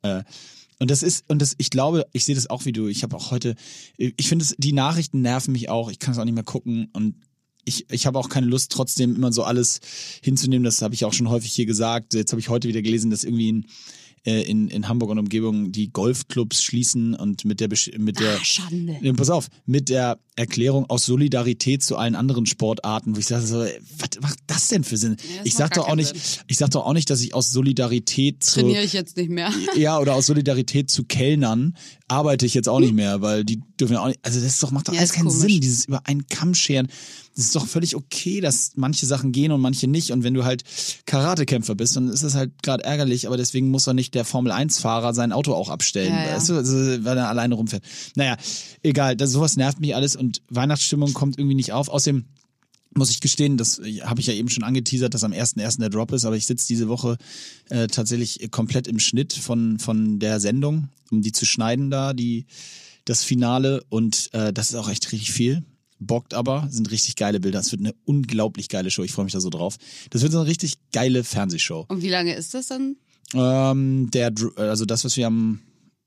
ich glaube, ich sehe das auch wie du. Ich habe auch heute, ich finde, die Nachrichten nerven mich auch. Ich kann es auch nicht mehr gucken und ich habe auch keine Lust, trotzdem immer so alles hinzunehmen. Das habe ich auch schon häufig hier gesagt. Jetzt habe ich heute wieder gelesen, dass irgendwie in Hamburg und Umgebung die Golfclubs schließen und mit der
Schande.
Ja, pass auf, mit der Erklärung aus Solidarität zu allen anderen Sportarten, wo ich sage so, was macht das denn für Sinn?
Ja, das
ich
macht
sag
gar
doch auch
keinen
nicht, ich sag doch auch nicht, dass ich aus Solidarität
Trainiere ich jetzt nicht mehr.
ja, oder aus Solidarität zu Kellnern arbeite ich jetzt auch nicht mehr, weil die dürfen ja auch nicht, also das macht doch
Ja,
alles
ist
keinen
komisch.
Sinn, dieses über einen Kamm scheren. Das ist doch völlig okay, dass manche Sachen gehen und manche nicht. Und wenn du halt Karatekämpfer bist, dann ist das halt gerade ärgerlich, aber deswegen muss doch nicht der Formel-1-Fahrer sein Auto auch abstellen,
Ja, ja.
weißt du, also, weil er alleine rumfährt. Naja, egal, sowas nervt mich alles und Weihnachtsstimmung kommt irgendwie nicht auf. Außerdem muss ich gestehen, das habe ich ja eben schon angeteasert, dass am 1.1. der Drop ist, aber ich sitze diese Woche tatsächlich komplett im Schnitt von der Sendung, um die zu schneiden da, das Finale und das ist auch echt richtig viel. Bockt aber, sind richtig geile Bilder. Es wird eine unglaublich geile Show, ich freue mich da so drauf. Das wird so eine richtig geile Fernsehshow.
Und wie lange ist das dann?
Also das, was wir am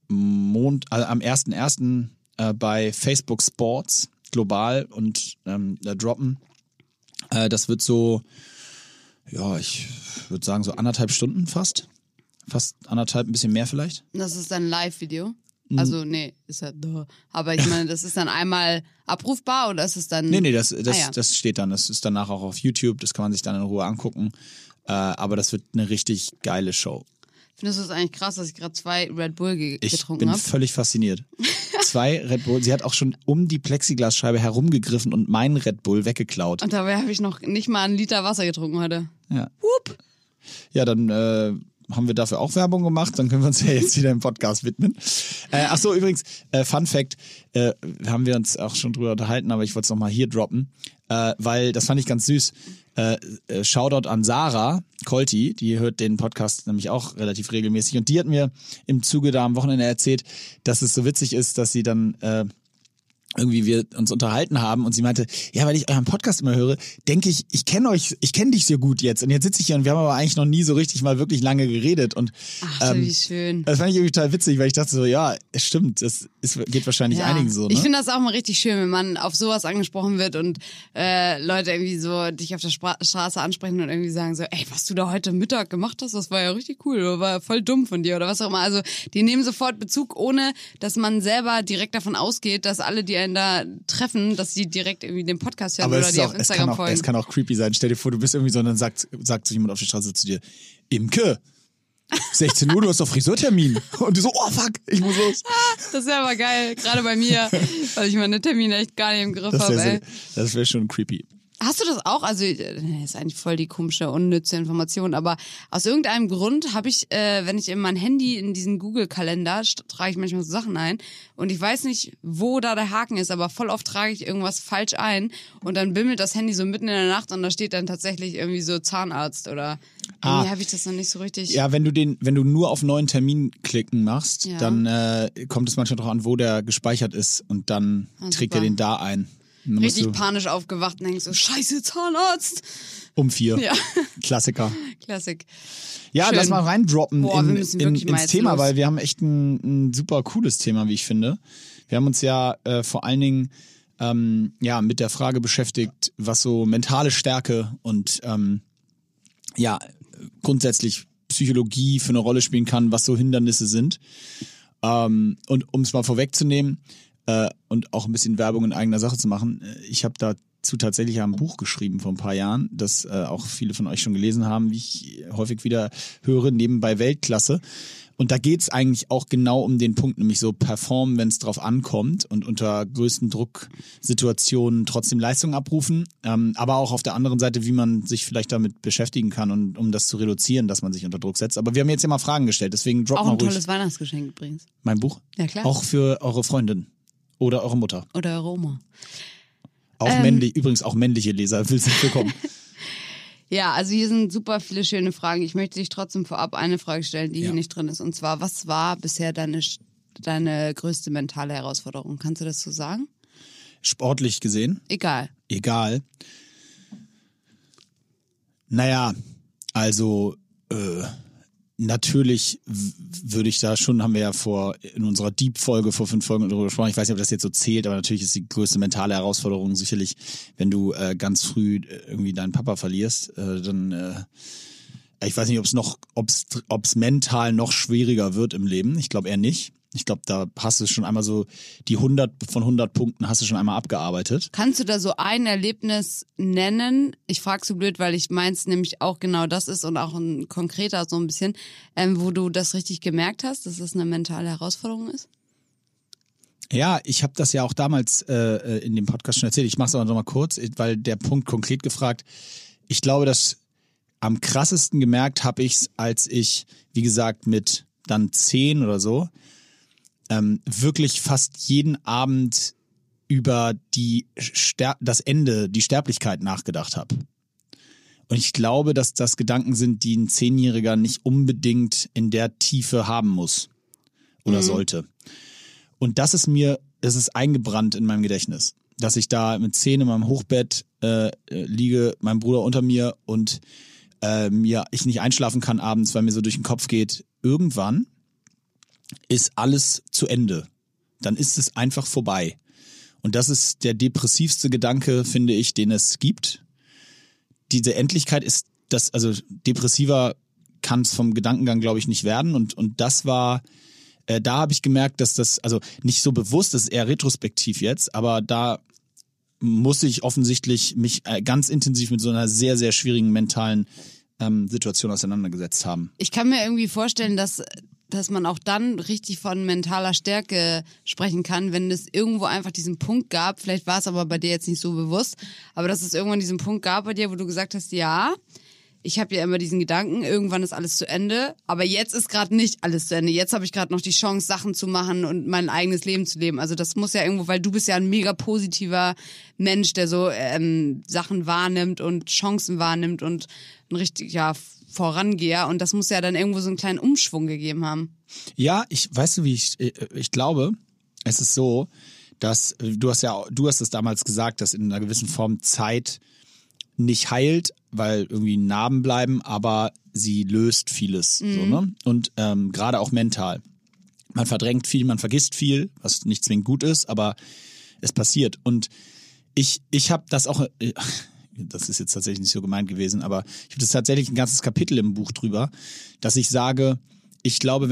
1.1. Bei Facebook Sports global und droppen, das wird so, ja, ich würde sagen so 1,5 Stunden fast 1,5, ein bisschen mehr vielleicht.
Das ist dann ein Live-Video? Also, nee, ist ja da. Aber ich meine, das ist dann einmal abrufbar oder ist es dann...
Nee, das
ja.
das steht dann, das ist danach auch auf YouTube, das kann man sich dann in Ruhe angucken, aber das wird eine richtig geile Show.
Findest du es eigentlich krass, dass ich gerade 2 Red Bull
Ich
getrunken
bin
habe?
völlig fasziniert. 2 Red Bull, sie hat auch schon um die Plexiglasscheibe herumgegriffen und meinen Red Bull weggeklaut.
Und dabei habe ich noch nicht mal 1 Liter Wasser getrunken heute.
Ja. Ja, dann haben wir dafür auch Werbung gemacht, dann können wir uns ja jetzt wieder im Podcast widmen. Ach so, übrigens, Fun Fact, haben wir uns auch schon drüber unterhalten, aber ich wollte es nochmal hier droppen, weil das fand ich ganz süß. Shoutout an Sarah Kolti, die hört den Podcast nämlich auch relativ regelmäßig und die hat mir im Zuge da am Wochenende erzählt, dass es so witzig ist, dass sie dann irgendwie wir uns unterhalten haben und sie meinte, ja, weil ich euren Podcast immer höre, denke ich kenne dich sehr gut jetzt und jetzt sitze ich hier und wir haben aber eigentlich noch nie so richtig mal wirklich lange geredet und
Ach, wie schön.
das fand ich irgendwie total witzig, weil ich dachte so, ja, es stimmt, geht wahrscheinlich einigen so, ne?
Ich finde das auch mal richtig schön, wenn man auf sowas angesprochen wird und Leute irgendwie so dich auf der Straße ansprechen und irgendwie sagen so, ey, was du da heute Mittag gemacht hast, das war ja richtig cool oder war voll dumm von dir oder was auch immer. Also die nehmen sofort Bezug, ohne dass man selber direkt davon ausgeht, dass alle, die einen da treffen, dass sie direkt irgendwie den Podcast hören
Aber
oder die auf Instagram folgen.
es kann auch creepy sein. Stell dir vor, du bist irgendwie so und dann sagt so jemand auf der Straße zu dir, Imke, 16 Uhr, du hast doch Friseurtermin. Und du so, oh fuck, ich muss los.
Das wäre aber geil, gerade bei mir, weil ich meine Termine echt gar nicht im Griff habe.
Das wäre schon creepy.
Hast du das auch? Also, ist eigentlich voll die komische, unnütze Information, aber aus irgendeinem Grund habe ich, wenn ich in mein Handy in diesen Google-Kalender trage ich manchmal so Sachen ein und ich weiß nicht, wo da der Haken ist, aber voll oft trage ich irgendwas falsch ein und dann bimmelt das Handy so mitten in der Nacht und da steht dann tatsächlich irgendwie so Zahnarzt oder irgendwie habe ich das noch nicht so richtig.
Ja, wenn du nur auf neuen Termin klicken machst, dann kommt es manchmal darauf an, wo der gespeichert ist und dann trägt er den da ein.
Richtig panisch aufgewacht und denkst so, scheiße, Zahnarzt.
Um 4.
Ja.
Klassiker.
Klassik.
Ja,
Schön.
lass mal reindroppen ins
ins
Thema, weil wir haben echt ein super cooles Thema, wie ich finde. Wir haben uns ja vor allen Dingen mit der Frage beschäftigt, was so mentale Stärke und grundsätzlich Psychologie für eine Rolle spielen kann, was so Hindernisse sind. Und um es mal vorwegzunehmen, und auch ein bisschen Werbung in eigener Sache zu machen. Ich habe dazu tatsächlich ein Buch geschrieben vor ein paar Jahren, das auch viele von euch schon gelesen haben, wie ich häufig wieder höre, nebenbei Weltklasse. Und da geht's eigentlich auch genau um den Punkt, nämlich so performen, wenn es drauf ankommt und unter größten Drucksituationen trotzdem Leistung abrufen, aber auch auf der anderen Seite, wie man sich vielleicht damit beschäftigen kann und um das zu reduzieren, dass man sich unter Druck setzt. Aber wir haben jetzt ja mal Fragen gestellt, deswegen drop mal ruhig.
Auch ein tolles Weihnachtsgeschenk übrigens.
Mein Buch?
Ja, klar.
Auch für eure Freundin oder eure Mutter.
Oder eure Oma.
Auch übrigens auch männliche Leser willkommen.
Ja, also hier sind super viele schöne Fragen. Ich möchte dich trotzdem vorab eine Frage stellen, die hier nicht drin ist. Und zwar, was war bisher deine größte mentale Herausforderung? Kannst du das so sagen?
Sportlich gesehen?
Egal.
Naja, also natürlich würde ich da schon, haben wir ja in unserer Deep-Folge vor 5 Folgen darüber gesprochen, ich weiß nicht, ob das jetzt so zählt, aber natürlich ist die größte mentale Herausforderung sicherlich, wenn du ganz früh irgendwie deinen Papa verlierst, dann ich weiß nicht, ob's mental noch schwieriger wird im Leben. Ich glaube eher nicht. Ich glaube, da hast du schon einmal so die 100 von 100 Punkten hast du schon einmal abgearbeitet.
Kannst du da so ein Erlebnis nennen? Ich frage so blöd, weil ich meins nämlich auch genau das ist und auch ein konkreter so ein bisschen, wo du das richtig gemerkt hast, dass das eine mentale Herausforderung ist?
Ja, ich habe das ja auch damals in dem Podcast schon erzählt. Ich mache es aber noch mal kurz, weil der Punkt konkret gefragt. Ich glaube, dass am krassesten gemerkt habe ich's, als ich, wie gesagt, mit dann 10 oder so, wirklich fast jeden Abend über das Ende, die Sterblichkeit nachgedacht habe. Und ich glaube, dass das Gedanken sind, die ein 10-Jähriger nicht unbedingt in der Tiefe haben muss oder sollte. Und das ist eingebrannt in meinem Gedächtnis, dass ich da mit 10 in meinem Hochbett liege, mein Bruder unter mir und ich nicht einschlafen kann abends, weil mir so durch den Kopf geht, irgendwann ist alles zu Ende. Dann ist es einfach vorbei. Und das ist der depressivste Gedanke, finde ich, den es gibt. Diese Endlichkeit ist das, also depressiver kann es vom Gedankengang, glaube ich, nicht werden. Und das war, da habe ich gemerkt, dass das, also nicht so bewusst, das ist eher retrospektiv jetzt, aber da muss ich offensichtlich mich ganz intensiv mit so einer sehr, sehr schwierigen mentalen Situation auseinandergesetzt haben.
Ich kann mir irgendwie vorstellen, dass man auch dann richtig von mentaler Stärke sprechen kann, wenn es irgendwo einfach diesen Punkt gab, vielleicht war es aber bei dir jetzt nicht so bewusst, aber dass es irgendwann diesen Punkt gab bei dir, wo du gesagt hast, ja, ich habe ja immer diesen Gedanken, irgendwann ist alles zu Ende, aber jetzt ist gerade nicht alles zu Ende. Jetzt habe ich gerade noch die Chance, Sachen zu machen und mein eigenes Leben zu leben. Also das muss ja irgendwo, weil du bist ja ein mega positiver Mensch, der so Sachen wahrnimmt und Chancen wahrnimmt und ein richtig, Vorangeher. Und das muss ja dann irgendwo so einen kleinen Umschwung gegeben haben. Ja,
ich glaube, es ist so, dass du hast es damals gesagt, dass in einer gewissen Form Zeit nicht heilt, weil irgendwie Narben bleiben, aber sie löst vieles. So, ne? Und gerade auch mental. Man verdrängt viel, man vergisst viel, was nicht zwingend gut ist, aber es passiert. Und ich habe das auch, das ist jetzt tatsächlich nicht so gemeint gewesen, aber ich habe das tatsächlich ein ganzes Kapitel im Buch drüber, dass ich sage, ich glaube,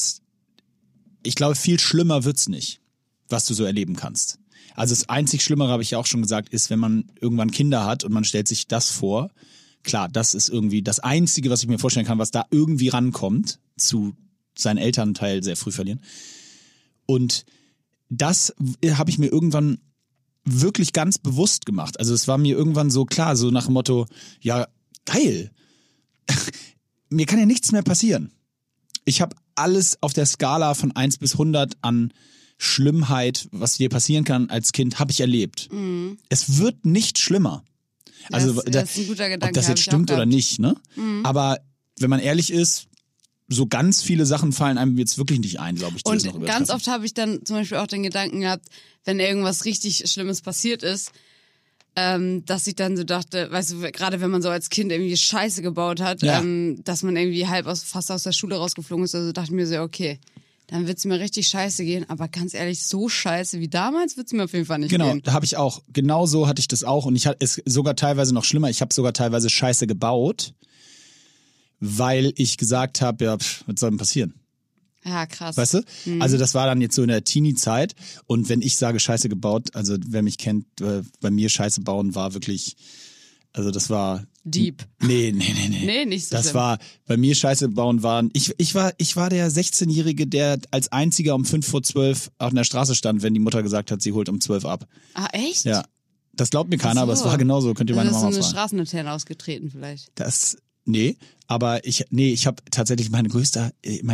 viel schlimmer wird's nicht, was du so erleben kannst. Also das einzig Schlimmere, habe ich ja auch schon gesagt, ist, wenn man irgendwann Kinder hat und man stellt sich das vor. Klar, das ist irgendwie das Einzige, was ich mir vorstellen kann, was da irgendwie rankommt, zu seinen Elternteil sehr früh verlieren. Und das habe ich mir irgendwann wirklich ganz bewusst gemacht. Also es war mir irgendwann so klar, so nach dem Motto, ja, geil. Mir kann ja nichts mehr passieren. Ich habe alles auf der Skala von 1 bis 100 an Schlimmheit, was dir passieren kann als Kind, habe ich erlebt. Es wird nicht schlimmer. Also
das ist ein guter Gedanke,
ob das jetzt stimmt oder nicht, ne? Aber wenn man ehrlich ist, so ganz viele Sachen fallen einem jetzt wirklich nicht ein, glaube ich. Die das noch
Und ganz oft habe ich dann zum Beispiel auch den Gedanken gehabt, wenn irgendwas richtig Schlimmes passiert ist, dass ich dann so dachte, weißt du, gerade wenn man so als Kind irgendwie Scheiße gebaut hat, dass man irgendwie fast aus der Schule rausgeflogen ist, also dachte ich mir so, okay, dann wird's mir richtig scheiße gehen, aber ganz ehrlich, so scheiße wie damals wird's mir auf jeden Fall nicht gehen.
Genau, da habe ich auch, genau so hatte ich das auch und ich hatte es sogar teilweise noch schlimmer, ich habe sogar teilweise Scheiße gebaut, weil ich gesagt habe, ja, was soll denn passieren?
Ja, krass.
Weißt du? Also das war dann jetzt so in der Teenie-Zeit und wenn ich sage Scheiße gebaut, also wer mich kennt, bei mir Scheiße bauen war wirklich, also das war...
Deep.
Nee,
nicht so
das
schlimm.
war, bei mir Scheiße bauen waren, ich war der 16-Jährige, der als einziger um 5:12 auf der Straße stand, wenn die Mutter gesagt hat, sie holt um 12 ab.
Ah, echt?
Ja. Das glaubt mir keiner,
Ach so.
aber es war genauso, könnt ihr meine
Also
Mama
ist so eine
fragen.
Straßenlaterne ausgetreten vielleicht.
Nee, aber ich habe tatsächlich mein größtes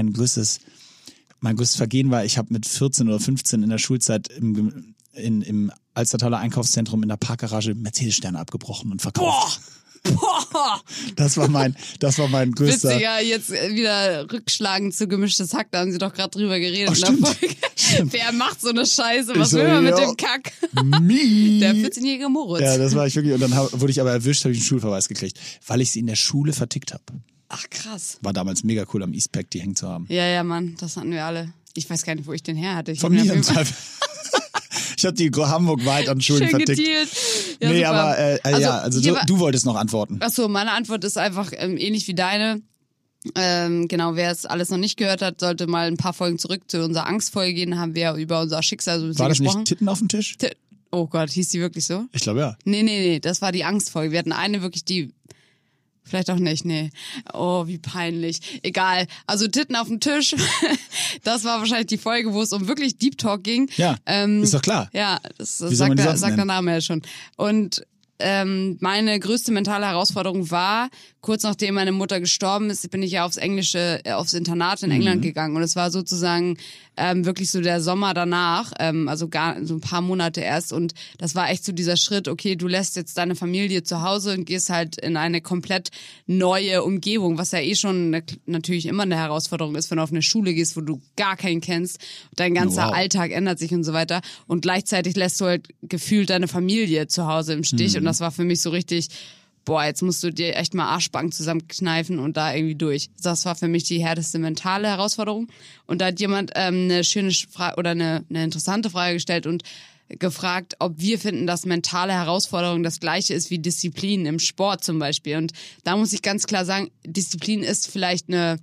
Vergehen war, ich habe mit 14 oder 15 in der Schulzeit im Alstertaler Einkaufszentrum in der Parkgarage Mercedes-Sterne abgebrochen und verkauft.
Boah!
Das war mein größter...
Witziger, jetzt wieder rückschlagend zu Gemischtes Hack, da haben sie doch gerade drüber geredet in der
stimmt.
Folge. Wer macht so eine Scheiße?
Ich
Was
so,
will man mit
ja.
dem Kack?
Mi.
Der 14-jährige Moritz.
Ja, das war ich wirklich. Und dann wurde ich aber erwischt, habe ich einen Schulverweis gekriegt, weil ich sie in der Schule vertickt habe.
Ach, krass.
War damals mega cool, am Eastpack die hängen zu haben.
Ja, Mann, das hatten wir alle. Ich weiß gar nicht, wo ich den her hatte.
Von mir im Zweifel. Ich habe die hamburg-weit an Schulen
Schön
vertickt.
gedealt. Ja,
Nee,
super.
aber du wolltest noch antworten.
Achso, meine Antwort ist einfach ähnlich wie deine. Genau, wer es alles noch nicht gehört hat, sollte mal ein paar Folgen zurück zu unserer Angstfolge gehen. Da haben wir ja über unser Schicksal so ein bisschen
War das
gesprochen.
nicht Titten auf dem Tisch?
Oh Gott, hieß die wirklich so?
Ich glaube ja.
Nee, das war die Angstfolge. Wir hatten eine wirklich, die... Vielleicht auch nicht, nee. Oh, wie peinlich. Egal. Also Titten auf dem Tisch. Das war wahrscheinlich die Folge, wo es um wirklich Deep Talk ging.
Ja, ist doch klar.
Ja, das
Wie soll man die sonst
sagt der
nennen?
Name ja schon. Und meine größte mentale Herausforderung war, kurz nachdem meine Mutter gestorben ist, bin ich ja aufs Internat in England gegangen. Und es war sozusagen wirklich so der Sommer danach, also so ein paar Monate erst. Und das war echt so dieser Schritt, okay, du lässt jetzt deine Familie zu Hause und gehst halt in eine komplett neue Umgebung, was ja eh schon natürlich immer eine Herausforderung ist, wenn du auf eine Schule gehst, wo du gar keinen kennst. Dein ganzer Alltag ändert sich und so weiter. Und gleichzeitig lässt du halt gefühlt deine Familie zu Hause im Stich. Und das war für mich so richtig... Boah, jetzt musst du dir echt mal Arschbacken zusammenkneifen und da irgendwie durch. Das war für mich die härteste mentale Herausforderung. Und da hat jemand eine schöne Frage oder eine interessante Frage gestellt und gefragt, ob wir finden, dass mentale Herausforderung das Gleiche ist wie Disziplin im Sport zum Beispiel. Und da muss ich ganz klar sagen, Disziplin ist vielleicht ein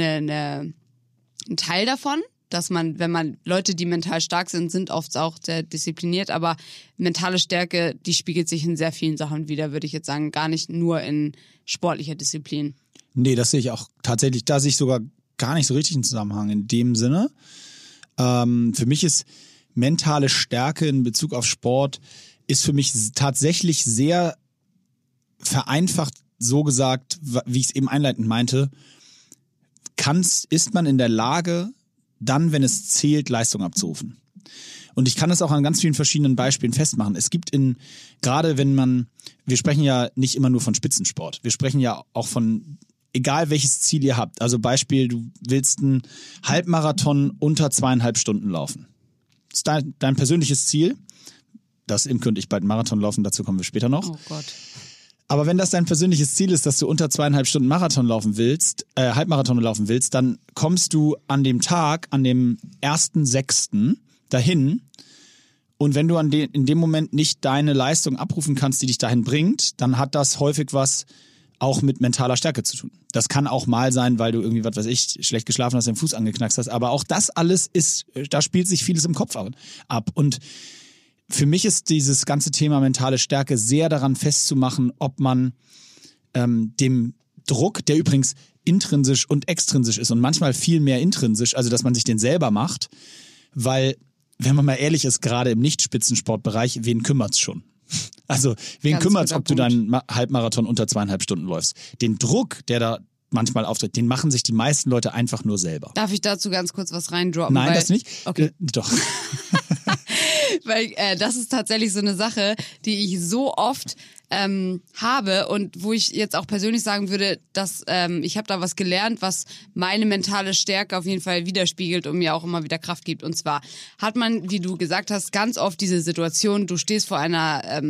Teil davon. Dass wenn man Leute, die mental stark sind oft auch sehr diszipliniert, aber mentale Stärke, die spiegelt sich in sehr vielen Sachen wider, würde ich jetzt sagen, gar nicht nur in sportlicher Disziplin.
Nee, das sehe ich auch tatsächlich, da sehe ich sogar gar nicht so richtig einen Zusammenhang in dem Sinne. Für mich ist mentale Stärke in Bezug auf Sport ist für mich tatsächlich sehr vereinfacht so gesagt, wie ich es eben einleitend meinte, ist man in der Lage, dann, wenn es zählt, Leistung abzurufen. Und ich kann das auch an ganz vielen verschiedenen Beispielen festmachen. Es gibt gerade wir sprechen ja nicht immer nur von Spitzensport. Wir sprechen ja auch von, egal welches Ziel ihr habt. Also Beispiel, du willst einen Halbmarathon unter 2,5 Stunden laufen. Das ist dein persönliches Ziel. Das Imke und ich bald einen Marathon laufen, dazu kommen wir später noch.
Oh Gott.
Aber wenn das dein persönliches Ziel ist, dass du unter 2,5 Stunden Halbmarathon laufen willst, dann kommst du an dem Tag, an dem 1.6. dahin. Und wenn du in dem Moment nicht deine Leistung abrufen kannst, die dich dahin bringt, dann hat das häufig was auch mit mentaler Stärke zu tun. Das kann auch mal sein, weil du irgendwie, was weiß ich, schlecht geschlafen hast, den Fuß angeknackst hast. Aber auch das alles da spielt sich vieles im Kopf ab. Und für mich ist dieses ganze Thema mentale Stärke sehr daran festzumachen, ob man dem Druck, der übrigens intrinsisch und extrinsisch ist und manchmal viel mehr intrinsisch, also dass man sich den selber macht, weil wenn man mal ehrlich ist, gerade im Nicht-Spitzensportbereich, wen kümmert's schon? Also, wen
Ganz
kümmert's,
guter
ob du deinen Halbmarathon unter 2,5 Stunden läufst? Den Druck, der da manchmal auftritt, den machen sich die meisten Leute einfach nur selber.
Darf ich dazu ganz kurz was reindroppen?
Nein, das nicht.
Okay.
Doch.
Weil das ist tatsächlich so eine Sache, die ich so oft habe und wo ich jetzt auch persönlich sagen würde, dass ich habe da was gelernt, was meine mentale Stärke auf jeden Fall widerspiegelt und mir auch immer wieder Kraft gibt. Und zwar hat man, wie du gesagt hast, ganz oft diese Situation, du stehst vor einer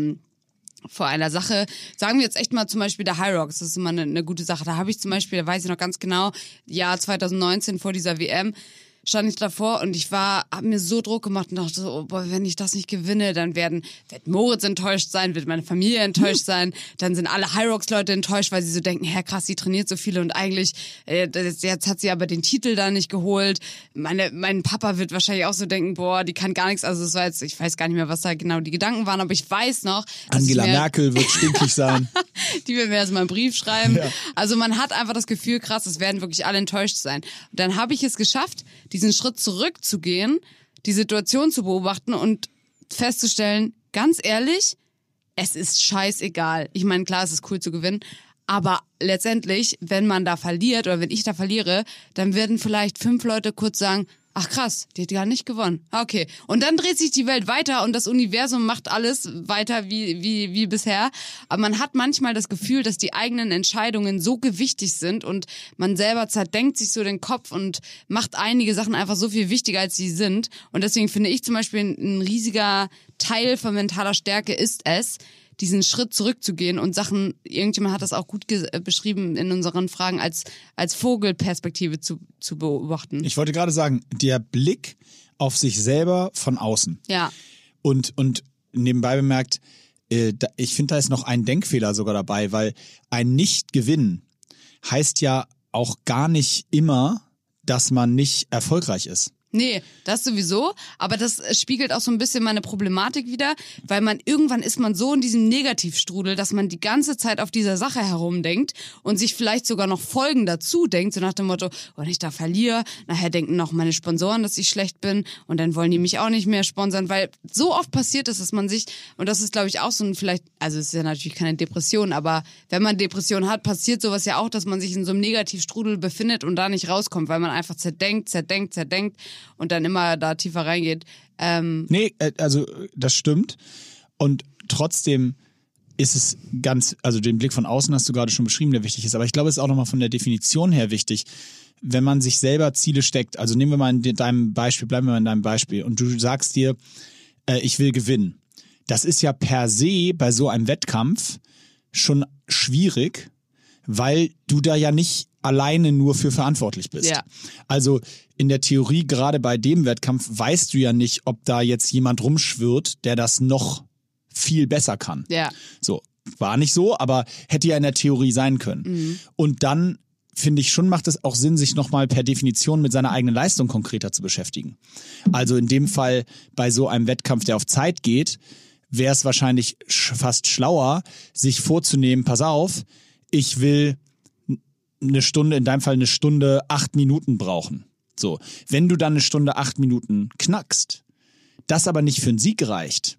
Sache, sagen wir jetzt echt mal zum Beispiel der High Rocks, das ist immer eine gute Sache. Da habe ich zum Beispiel, da weiß ich noch ganz genau, Jahr 2019 vor dieser WM, stand ich davor und habe mir so Druck gemacht und dachte so, oh boah, wenn ich das nicht gewinne, dann wird Moritz enttäuscht sein, wird meine Familie enttäuscht sein, dann sind alle High Rocks Leute enttäuscht, weil sie so denken, krass, sie trainiert so viel und eigentlich, jetzt hat sie aber den Titel da nicht geholt. Mein Papa wird wahrscheinlich auch so denken, boah, die kann gar nichts, also es war jetzt, ich weiß gar nicht mehr, was da genau die Gedanken waren, aber ich weiß noch,
Angela Merkel wird stinkig sein.
Die wird mir erstmal einen Brief schreiben.
Ja.
Also man hat einfach das Gefühl, krass, es werden wirklich alle enttäuscht sein. Und dann habe ich es geschafft, diesen Schritt zurückzugehen, die Situation zu beobachten und festzustellen, ganz ehrlich, es ist scheißegal. Ich meine, klar, es ist cool zu gewinnen, aber letztendlich, wenn man da verliert oder wenn ich da verliere, dann werden vielleicht 5 Leute kurz sagen, ach krass, die hat gar nicht gewonnen. Okay. Und dann dreht sich die Welt weiter und das Universum macht alles weiter wie bisher. Aber man hat manchmal das Gefühl, dass die eigenen Entscheidungen so gewichtig sind und man selber zerdenkt sich so den Kopf und macht einige Sachen einfach so viel wichtiger, als sie sind. Und deswegen finde ich zum Beispiel, ein riesiger Teil von mentaler Stärke ist es, diesen Schritt zurückzugehen und Sachen, irgendjemand hat das auch gut beschrieben in unseren Fragen, als Vogelperspektive zu beobachten.
Ich wollte gerade sagen, der Blick auf sich selber von außen.
Ja.
Und nebenbei bemerkt, ich finde, da ist noch ein Denkfehler sogar dabei, weil ein Nicht-Gewinn heißt ja auch gar nicht immer, dass man nicht erfolgreich ist.
Nee, das sowieso, aber das spiegelt auch so ein bisschen meine Problematik wider, weil irgendwann ist man so in diesem Negativstrudel, dass man die ganze Zeit auf dieser Sache herumdenkt und sich vielleicht sogar noch Folgen dazu denkt, so nach dem Motto, wenn ich da verliere, nachher denken noch meine Sponsoren, dass ich schlecht bin und dann wollen die mich auch nicht mehr sponsern, weil so oft passiert ist, dass man sich, und das ist glaube ich auch so ein vielleicht, also es ist ja natürlich keine Depression, aber wenn man Depression hat, passiert sowas ja auch, dass man sich in so einem Negativstrudel befindet und da nicht rauskommt, weil man einfach zerdenkt und dann immer da tiefer reingeht.
Nee, also das stimmt. Und trotzdem ist es also den Blick von außen hast du gerade schon beschrieben, der wichtig ist. Aber ich glaube, es ist auch nochmal von der Definition her wichtig, wenn man sich selber Ziele steckt. Also nehmen wir mal bleiben wir mal in deinem Beispiel. Und du sagst dir, ich will gewinnen. Das ist ja per se bei so einem Wettkampf schon schwierig, weil du da ja nicht alleine nur für verantwortlich bist.
Ja.
Also in der Theorie, gerade bei dem Wettkampf, weißt du ja nicht, ob da jetzt jemand rumschwirrt, der das noch viel besser kann.
Ja.
So, war nicht so, aber hätte ja in der Theorie sein können. Mhm. Und dann, finde ich schon, macht es auch Sinn, sich nochmal per Definition mit seiner eigenen Leistung konkreter zu beschäftigen. Also in dem Fall bei so einem Wettkampf, der auf Zeit geht, wäre es wahrscheinlich fast schlauer, sich vorzunehmen, pass auf, ich will eine Stunde, in deinem Fall 1 Stunde 8 Minuten brauchen. So, wenn du dann 1 Stunde 8 Minuten knackst, das aber nicht für einen Sieg reicht,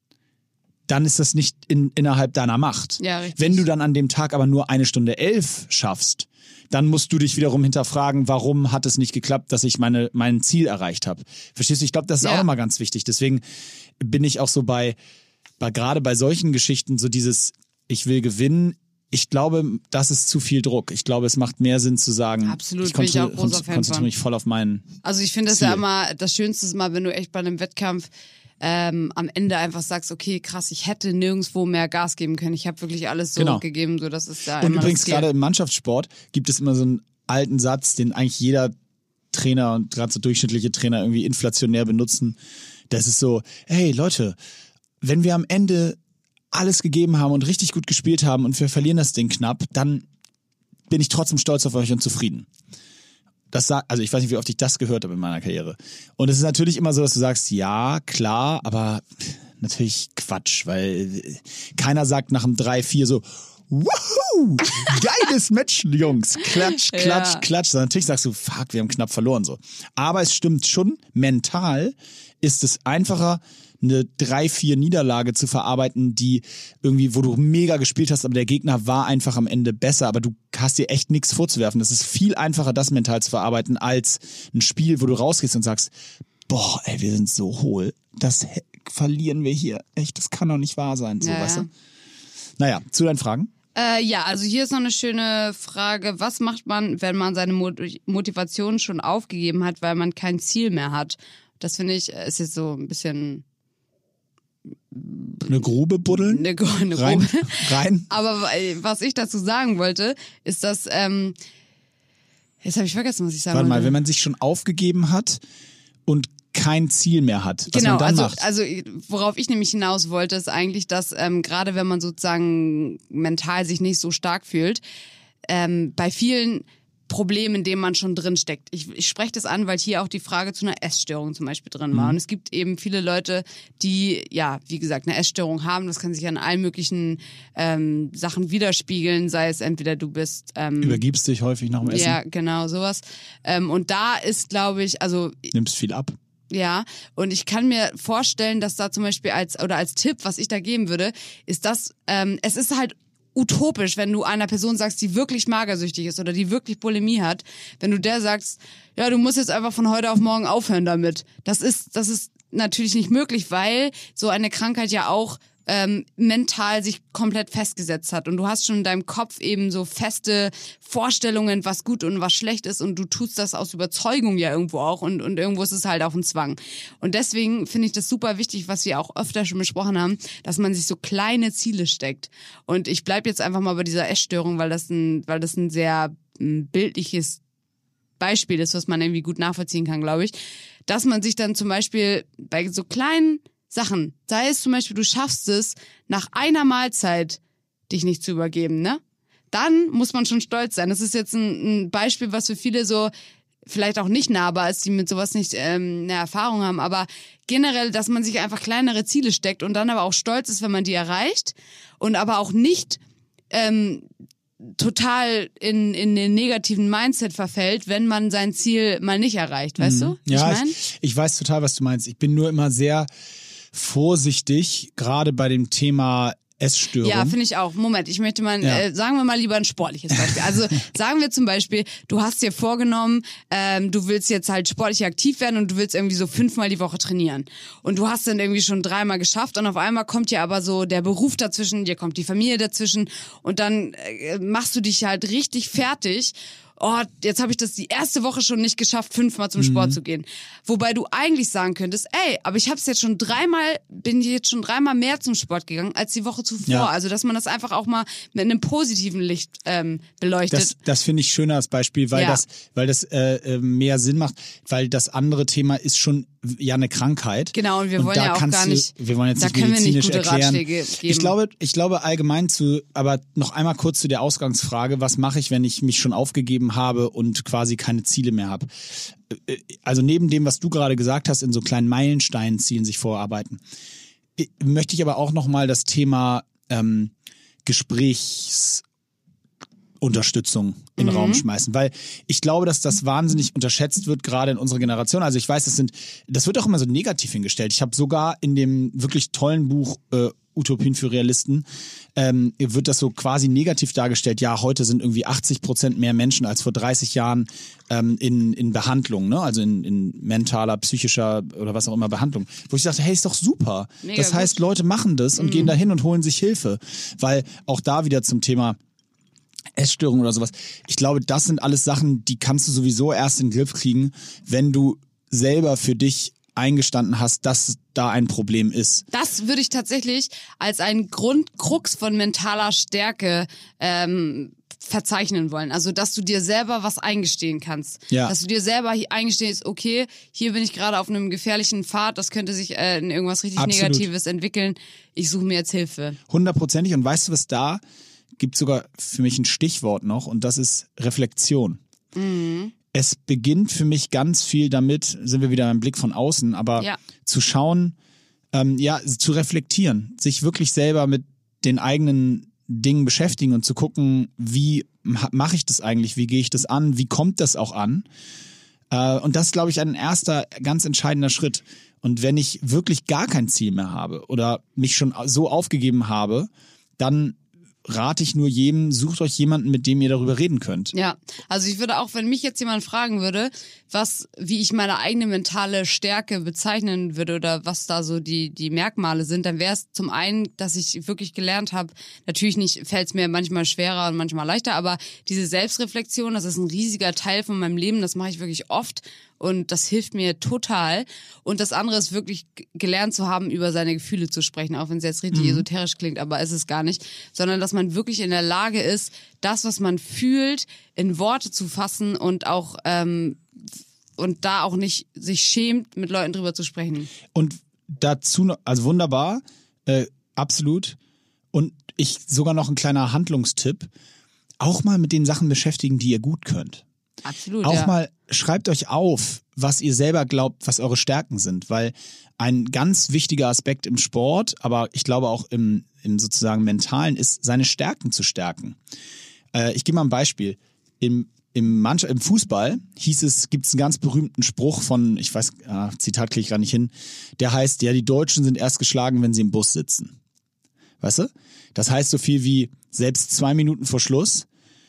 dann ist das nicht innerhalb deiner Macht.
Ja, richtig.
Wenn du dann an dem Tag aber nur 1 Stunde 11 schaffst, dann musst du dich wiederum hinterfragen, warum hat es nicht geklappt, dass ich mein Ziel erreicht habe. Verstehst du? Ich glaube, das ist auch nochmal ganz wichtig. Deswegen bin ich auch so gerade bei solchen Geschichten so dieses, ich will gewinnen. Ich glaube, das ist zu viel Druck. Ich glaube, es macht mehr Sinn zu sagen,
absolut,
ich
bin ich auch großer Fan
konzentriere mich voll auf meinen
Also ich finde das
Ziel.
ja immer, das Schönste ist mal, wenn du echt bei einem Wettkampf am Ende einfach sagst, okay, krass, ich hätte nirgendwo mehr Gas geben können. Ich habe wirklich alles so gegeben, so dass es da
Und
immer
übrigens gerade im Mannschaftssport gibt es immer so einen alten Satz, den eigentlich jeder Trainer und gerade so durchschnittliche Trainer irgendwie inflationär benutzen. Das ist so, hey Leute, wenn wir am Ende alles gegeben haben und richtig gut gespielt haben und wir verlieren das Ding knapp, dann bin ich trotzdem stolz auf euch und zufrieden. Also ich weiß nicht, wie oft ich das gehört habe in meiner Karriere. Und es ist natürlich immer so, dass du sagst, ja, klar, aber natürlich Quatsch, weil keiner sagt nach dem 3-4 so, wuhu, geiles Match, Jungs, klatsch, klatsch, klatsch. Sondern natürlich sagst du, fuck, wir haben knapp verloren so. Aber es stimmt schon, mental ist es einfacher, eine 3-4 Niederlage zu verarbeiten, die irgendwie, wo du mega gespielt hast, aber der Gegner war einfach am Ende besser, aber du hast dir echt nichts vorzuwerfen. Das ist viel einfacher, das mental zu verarbeiten, als ein Spiel, wo du rausgehst und sagst, boah, ey, wir sind so hohl, das verlieren wir hier. Echt, das kann doch nicht wahr sein, so, weißt du? Naja, zu deinen Fragen.
Ja, also hier ist noch eine schöne Frage. Was macht man, wenn man seine Motivation schon aufgegeben hat, weil man kein Ziel mehr hat? Das finde ich, ist jetzt so ein bisschen...
Eine Grube buddeln?
Eine Grube.
Rein.
Aber was ich dazu sagen wollte, ist, dass... jetzt habe ich vergessen, was ich sagen wollte.
Warte mal, wenn man sich schon aufgegeben hat und kein Ziel mehr hat, was man dann macht.
Also worauf ich nämlich hinaus wollte, ist eigentlich, dass gerade wenn man sozusagen mental sich nicht so stark fühlt, bei vielen Problemen, in denen man schon drin steckt. Ich spreche das an, weil hier auch die Frage zu einer Essstörung zum Beispiel drin war. Und es gibt eben viele Leute, die, ja, wie gesagt, eine Essstörung haben. Das kann sich an allen möglichen Sachen widerspiegeln, sei es entweder du bist...
Übergibst dich häufig nach dem Essen.
Ja, genau, sowas. Und da ist, glaube ich, also...
Nimmst viel ab.
Ja, und ich kann mir vorstellen, dass da zum Beispiel als Tipp, was ich da geben würde, ist, dass es ist halt utopisch, wenn du einer Person sagst, die wirklich magersüchtig ist oder die wirklich Bulimie hat, wenn du der sagst, ja, du musst jetzt einfach von heute auf morgen aufhören damit. Das ist natürlich nicht möglich, weil so eine Krankheit ja auch mental sich komplett festgesetzt hat und du hast schon in deinem Kopf eben so feste Vorstellungen, was gut und was schlecht ist und du tust das aus Überzeugung ja irgendwo auch und irgendwo ist es halt auch ein Zwang. Und deswegen finde ich das super wichtig, was wir auch öfter schon besprochen haben, dass man sich so kleine Ziele steckt. Und ich bleibe jetzt einfach mal bei dieser Essstörung, weil das ein sehr bildliches Beispiel ist, was man irgendwie gut nachvollziehen kann, glaube ich, dass man sich dann zum Beispiel bei so kleinen Sachen, sei es zum Beispiel, du schaffst es, nach einer Mahlzeit dich nicht zu übergeben, ne? Dann muss man schon stolz sein. Das ist jetzt ein Beispiel, was für viele so vielleicht auch nicht nahbar ist, die mit sowas nicht eine Erfahrung haben, aber generell, dass man sich einfach kleinere Ziele steckt und dann aber auch stolz ist, wenn man die erreicht und aber auch nicht total in den negativen Mindset verfällt, wenn man sein Ziel mal nicht erreicht, weißt du?
Ja, ich weiß total, was du meinst. Ich bin nur immer sehr vorsichtig, gerade bei dem Thema Essstörung.
Ja, finde ich auch. Moment, ich möchte mal, sagen wir mal lieber ein sportliches Beispiel. Also sagen wir zum Beispiel, du hast dir vorgenommen, du willst jetzt halt sportlich aktiv werden und du willst irgendwie so 5-mal die Woche trainieren. Und du hast dann irgendwie schon 3-mal geschafft und auf einmal kommt dir aber so der Beruf dazwischen, dir kommt die Familie dazwischen und dann machst du dich halt richtig fertig. Oh, jetzt habe ich das die erste Woche schon nicht geschafft, 5-mal zum Sport zu gehen. Wobei du eigentlich sagen könntest, aber ich habe es jetzt schon 3-mal mehr zum Sport gegangen als die Woche zuvor. Ja. Also, dass man das einfach auch mal mit einem positiven Licht beleuchtet.
Das finde ich schöner als Beispiel, weil das mehr Sinn macht, weil das andere Thema ist schon ja eine Krankheit.
Genau, und wir wollen ja auch gar nicht,
wir wollen jetzt
da
nicht
können wir nicht
medizinisch
gute
erklären.
Ratschläge geben.
Ich glaube allgemein aber noch einmal kurz zu der Ausgangsfrage, was mache ich, wenn ich mich schon aufgegeben habe und quasi keine Ziele mehr habe? Also neben dem, was du gerade gesagt hast, in so kleinen Meilensteinzielen sich vorarbeiten, möchte ich aber auch nochmal das Thema Gesprächsunterstützung in den Raum schmeißen, weil ich glaube, dass das wahnsinnig unterschätzt wird, gerade in unserer Generation. Also ich weiß, das wird auch immer so negativ hingestellt. Ich habe sogar in dem wirklich tollen Buch Utopien für Realisten wird das so quasi negativ dargestellt. Ja, heute sind irgendwie 80% mehr Menschen als vor 30 Jahren in Behandlung, ne? Also in mentaler, psychischer oder was auch immer Behandlung. Wo ich dachte, hey, ist doch super. Mega das heißt, gut. Leute machen das und gehen dahin und holen sich Hilfe. Weil auch da wieder zum Thema Essstörung oder sowas. Ich glaube, das sind alles Sachen, die kannst du sowieso erst in den Griff kriegen, wenn du selber für dich eingestanden hast, dass da ein Problem ist.
Das würde ich tatsächlich als einen Grundkrux von mentaler Stärke verzeichnen wollen. Also, dass du dir selber was eingestehen kannst. Ja. Dass du dir selber eingestehst, okay, hier bin ich gerade auf einem gefährlichen Pfad, das könnte sich in irgendwas richtig
Absolut.
Negatives entwickeln. Ich suche mir jetzt Hilfe.
100%. Und weißt du, was da gibt sogar für mich ein Stichwort noch und das ist Reflexion. Es beginnt für mich ganz viel damit, sind wir wieder beim Blick von außen, aber zu schauen, zu reflektieren, sich wirklich selber mit den eigenen Dingen beschäftigen und zu gucken, wie mache ich das eigentlich, wie gehe ich das an, wie kommt das auch an? Und das ist, glaube ich, ein erster ganz entscheidender Schritt. Und wenn ich wirklich gar kein Ziel mehr habe oder mich schon so aufgegeben habe, dann rate ich nur jedem, sucht euch jemanden, mit dem ihr darüber reden könnt.
Ja, also ich würde auch, wenn mich jetzt jemand fragen würde, wie ich meine eigene mentale Stärke bezeichnen würde oder was da so die Merkmale sind, dann wäre es zum einen, dass ich wirklich gelernt habe, natürlich fällt es mir manchmal schwerer und manchmal leichter, aber diese Selbstreflexion, das ist ein riesiger Teil von meinem Leben, das mache ich wirklich oft. Und das hilft mir total. Und das andere ist wirklich gelernt zu haben, über seine Gefühle zu sprechen, auch wenn es jetzt richtig esoterisch klingt, aber ist es gar nicht. Sondern, dass man wirklich in der Lage ist, das, was man fühlt, in Worte zu fassen und auch und da auch nicht sich schämt, mit Leuten drüber zu sprechen.
Und dazu noch, also wunderbar, absolut. Und ich sogar noch ein kleiner Handlungstipp. Auch mal mit den Sachen beschäftigen, die ihr gut könnt.
Absolut,
auch mal schreibt euch auf, was ihr selber glaubt, was eure Stärken sind, weil ein ganz wichtiger Aspekt im Sport, aber ich glaube auch im sozusagen Mentalen, ist, seine Stärken zu stärken. Ich gebe mal ein Beispiel. Im Fußball gibt es einen ganz berühmten Spruch von, ich weiß, Zitat kriege ich gerade nicht hin, der heißt, ja, die Deutschen sind erst geschlagen, wenn sie im Bus sitzen. Weißt du? Das heißt so viel wie, selbst 2 Minuten vor Schluss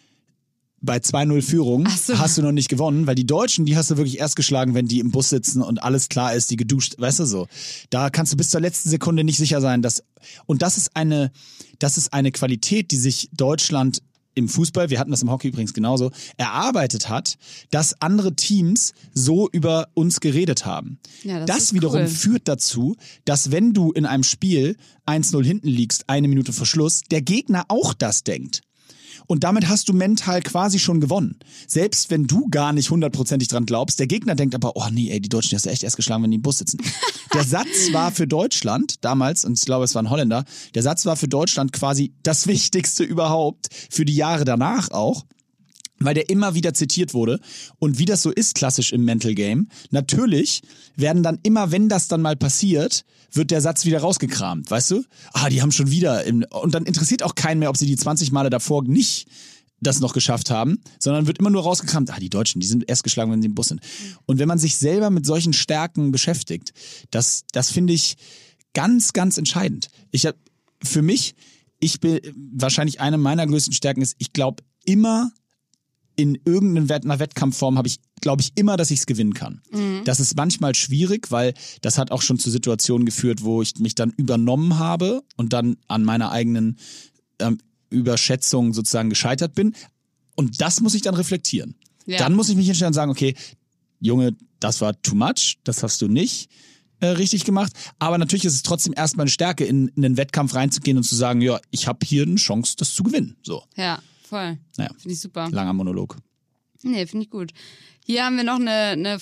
bei 2-0 Führung hast du noch nicht gewonnen, weil die Deutschen, die hast du wirklich erst geschlagen, wenn die im Bus sitzen und alles klar ist, die geduscht, weißt du so. Da kannst du bis zur letzten Sekunde nicht sicher sein, das ist eine Qualität, die sich Deutschland im Fußball, wir hatten das im Hockey übrigens genauso, erarbeitet hat, dass andere Teams so über uns geredet haben.
Ja,
das wiederum führt dazu, dass wenn du in einem Spiel 1-0 hinten liegst, 1 Minute vor Schluss, der Gegner auch das denkt. Und damit hast du mental quasi schon gewonnen. Selbst wenn du gar nicht 100%ig dran glaubst, der Gegner denkt aber, oh nee, ey, die Deutschen, die hast du echt erst geschlagen, wenn die im Bus sitzen. Der Satz war für Deutschland damals, und ich glaube, es war ein Holländer, der Satz war für Deutschland quasi das Wichtigste überhaupt, für die Jahre danach auch, weil der immer wieder zitiert wurde. Und wie das so ist, klassisch im Mental Game, natürlich werden dann immer, wenn das dann mal passiert, wird der Satz wieder rausgekramt, weißt du? Die haben schon wieder, und dann interessiert auch keinen mehr, ob sie die 20 Male davor nicht das noch geschafft haben, sondern wird immer nur rausgekramt, die Deutschen, die sind erst geschlagen, wenn sie im Bus sind. Und wenn man sich selber mit solchen Stärken beschäftigt, das finde ich ganz, ganz entscheidend. Für mich, wahrscheinlich eine meiner größten Stärken ist, ich glaube immer, in irgendeiner Wettkampfform glaube ich immer, dass ich es gewinnen kann. Mhm. Das ist manchmal schwierig, weil das hat auch schon zu Situationen geführt, wo ich mich dann übernommen habe und dann an meiner eigenen Überschätzung sozusagen gescheitert bin. Und das muss ich dann reflektieren. Ja. Dann muss ich mich hinstellen und sagen, okay, Junge, das war too much, das hast du nicht richtig gemacht. Aber natürlich ist es trotzdem erstmal eine Stärke, in einen Wettkampf reinzugehen und zu sagen, ja, ich habe hier eine Chance, das zu gewinnen. So.
Ja. Voll.
Naja,
finde ich super.
Langer Monolog.
Nee, finde ich gut. Hier haben wir noch eine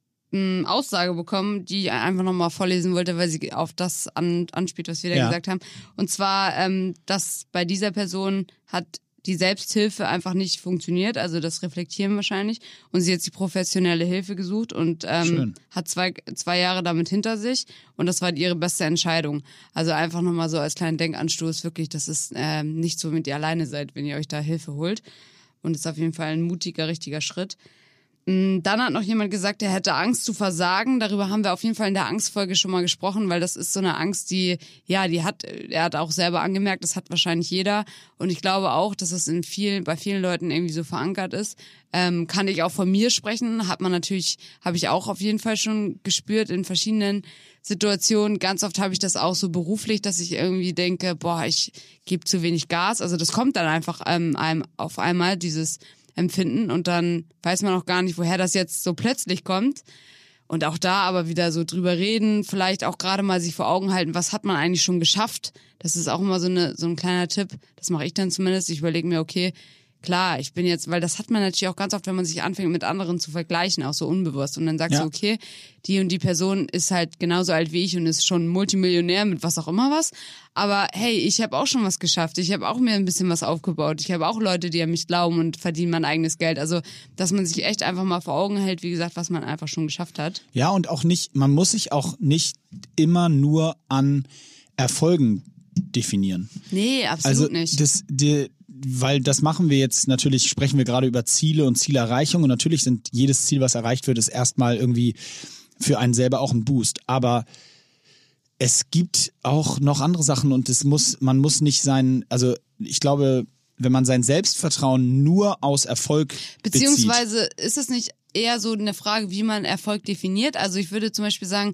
Aussage bekommen, die ich einfach nochmal vorlesen wollte, weil sie auf das anspielt, was wir da gesagt haben. Und zwar, dass bei dieser Person hat die Selbsthilfe einfach nicht funktioniert, also das Reflektieren wahrscheinlich. Und sie hat sich professionelle Hilfe gesucht und hat zwei Jahre damit hinter sich und das war ihre beste Entscheidung. Also einfach nochmal so als kleinen Denkanstoß, wirklich, das ist nicht so, womit ihr alleine seid, wenn ihr euch da Hilfe holt. Und ist auf jeden Fall ein mutiger, richtiger Schritt. Dann hat noch jemand gesagt, er hätte Angst zu versagen. Darüber haben wir auf jeden Fall in der Angstfolge schon mal gesprochen, weil das ist so eine Angst, er hat auch selber angemerkt, das hat wahrscheinlich jeder. Und ich glaube auch, dass es bei vielen Leuten irgendwie so verankert ist. Kann ich auch von mir sprechen, habe ich auch auf jeden Fall schon gespürt in verschiedenen Situationen. Ganz oft habe ich das auch so beruflich, dass ich irgendwie denke, ich gebe zu wenig Gas. Also das kommt dann einfach einem auf einmal, dieses Empfinden, und dann weiß man auch gar nicht, woher das jetzt so plötzlich kommt. Und auch da aber wieder so drüber reden, vielleicht auch gerade mal sich vor Augen halten, was hat man eigentlich schon geschafft. Das ist auch immer so ein kleiner Tipp, das mache ich dann zumindest. Ich überlege mir, okay, klar, ich bin jetzt, weil das hat man natürlich auch ganz oft, wenn man sich anfängt mit anderen zu vergleichen, auch so unbewusst. Und dann sagst du, okay, die und die Person ist halt genauso alt wie ich und ist schon Multimillionär mit was auch immer was. Aber hey, ich habe auch schon was geschafft. Ich habe auch mir ein bisschen was aufgebaut. Ich habe auch Leute, die an mich glauben und verdienen mein eigenes Geld. Also, dass man sich echt einfach mal vor Augen hält, wie gesagt, was man einfach schon geschafft hat.
Ja, und auch nicht, man muss sich auch nicht immer nur an Erfolgen definieren.
Nee, absolut nicht.
Weil das machen wir jetzt, natürlich sprechen wir gerade über Ziele und Zielerreichung und natürlich sind jedes Ziel, was erreicht wird, ist erstmal irgendwie für einen selber auch ein Boost. Aber es gibt auch noch andere Sachen und man muss nicht also ich glaube, wenn man sein Selbstvertrauen nur aus Erfolg
Beziehungsweise ist es nicht eher so eine Frage, wie man Erfolg definiert? Also ich würde zum Beispiel sagen,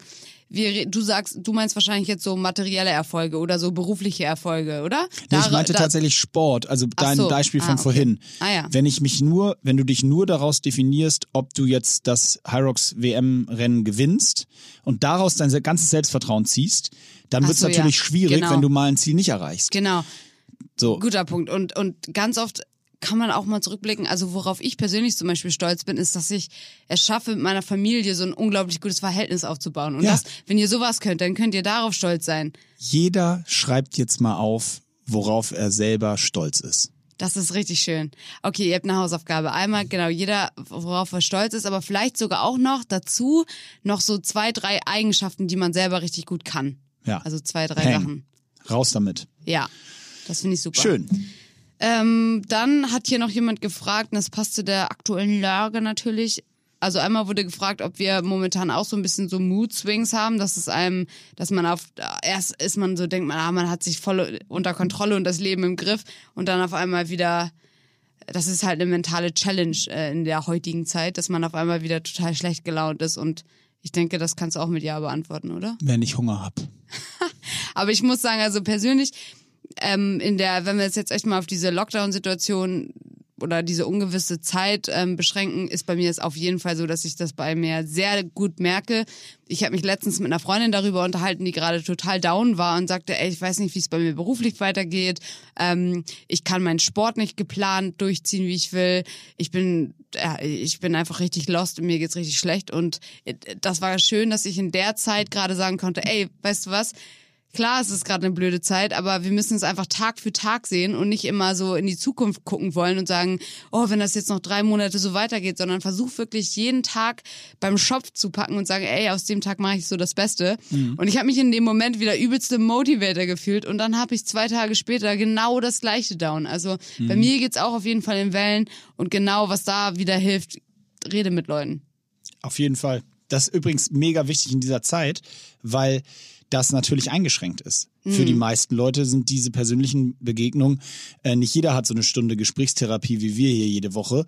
du meinst wahrscheinlich jetzt so materielle Erfolge oder so berufliche Erfolge, oder?
Nee, ich meinte tatsächlich Sport, also dein Beispiel von vorhin.
Ja.
Wenn du dich nur daraus definierst, ob du jetzt das Hyrox WM-Rennen gewinnst und daraus dein ganzes Selbstvertrauen ziehst, dann wird es natürlich schwierig, wenn du mal ein Ziel nicht erreichst.
Genau.
So.
Guter Punkt. Und ganz oft kann man auch mal zurückblicken, also worauf ich persönlich zum Beispiel stolz bin, ist, dass ich es schaffe, mit meiner Familie so ein unglaublich gutes Verhältnis aufzubauen. Und wenn ihr sowas könnt, dann könnt ihr darauf stolz sein.
Jeder schreibt jetzt mal auf, worauf er selber stolz ist.
Das ist richtig schön. Okay, ihr habt eine Hausaufgabe. Einmal, genau, jeder, worauf er stolz ist, aber vielleicht sogar auch noch dazu noch so 2, 3 Eigenschaften, die man selber richtig gut kann.
Ja.
Also 2, 3 Sachen.
Raus damit.
Ja, das finde ich super.
Schön.
Dann hat hier noch jemand gefragt, und das passt zu der aktuellen Lage natürlich. Also einmal wurde gefragt, ob wir momentan auch so ein bisschen so Mood-Swings haben, dass man erst ist man so, denkt man hat sich voll unter Kontrolle und das Leben im Griff und dann auf einmal wieder, das ist halt eine mentale Challenge in der heutigen Zeit, dass man auf einmal wieder total schlecht gelaunt ist und ich denke, das kannst du auch mit Ja beantworten, oder?
Wenn ich Hunger habe.
Aber ich muss sagen, also persönlich, wenn wir es jetzt echt mal auf diese Lockdown-Situation oder diese ungewisse Zeit beschränken, ist bei mir es auf jeden Fall so, dass ich das bei mir sehr gut merke. Ich habe mich letztens mit einer Freundin darüber unterhalten, die gerade total down war und sagte, ich weiß nicht, wie es bei mir beruflich weitergeht. Ich kann meinen Sport nicht geplant durchziehen, wie ich will. Ich bin einfach richtig lost und mir geht's richtig schlecht. Und das war schön, dass ich in der Zeit gerade sagen konnte, weißt du was? Klar, es ist gerade eine blöde Zeit, aber wir müssen es einfach Tag für Tag sehen und nicht immer so in die Zukunft gucken wollen und sagen, oh, wenn das jetzt noch 3 Monate so weitergeht, sondern versuch wirklich jeden Tag beim Schopf zu packen und sagen, aus dem Tag mache ich so das Beste. Mhm. Und ich habe mich in dem Moment wieder übelste Motivator gefühlt und dann habe ich 2 Tage später genau das gleiche down. Also bei mir geht's auch auf jeden Fall in Wellen und genau, was da wieder hilft, rede mit Leuten.
Auf jeden Fall. Das ist übrigens mega wichtig in dieser Zeit, weil das natürlich eingeschränkt ist. Für die meisten Leute sind diese persönlichen Begegnungen, nicht jeder hat so eine Stunde Gesprächstherapie wie wir hier jede Woche.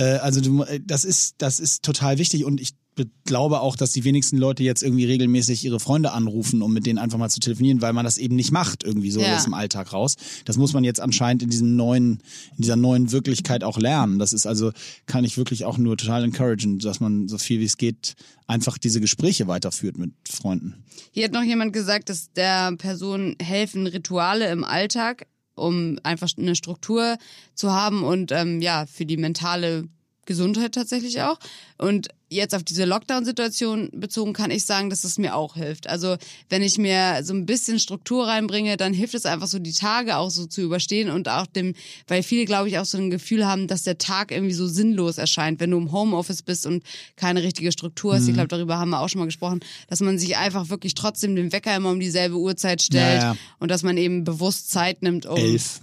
Das ist total wichtig und ich glaube auch, dass die wenigsten Leute jetzt irgendwie regelmäßig ihre Freunde anrufen, um mit denen einfach mal zu telefonieren, weil man das eben nicht macht, irgendwie so aus dem Alltag raus. Das muss man jetzt anscheinend in dieser neuen Wirklichkeit auch lernen. Das ist also, kann ich wirklich auch nur total encouragen, dass man so viel wie es geht einfach diese Gespräche weiterführt mit Freunden.
Hier hat noch jemand gesagt, dass der Person helfen Rituale im Alltag, um einfach eine Struktur zu haben und für die mentale Gesundheit tatsächlich auch. Und jetzt auf diese Lockdown-Situation bezogen kann ich sagen, dass es mir auch hilft. Also wenn ich mir so ein bisschen Struktur reinbringe, dann hilft es einfach so, die Tage auch so zu überstehen und auch weil viele, glaube ich, auch so ein Gefühl haben, dass der Tag irgendwie so sinnlos erscheint, wenn du im Homeoffice bist und keine richtige Struktur hast. Ich glaube, darüber haben wir auch schon mal gesprochen, dass man sich einfach wirklich trotzdem den Wecker immer um dieselbe Uhrzeit stellt und dass man eben bewusst Zeit nimmt,
11.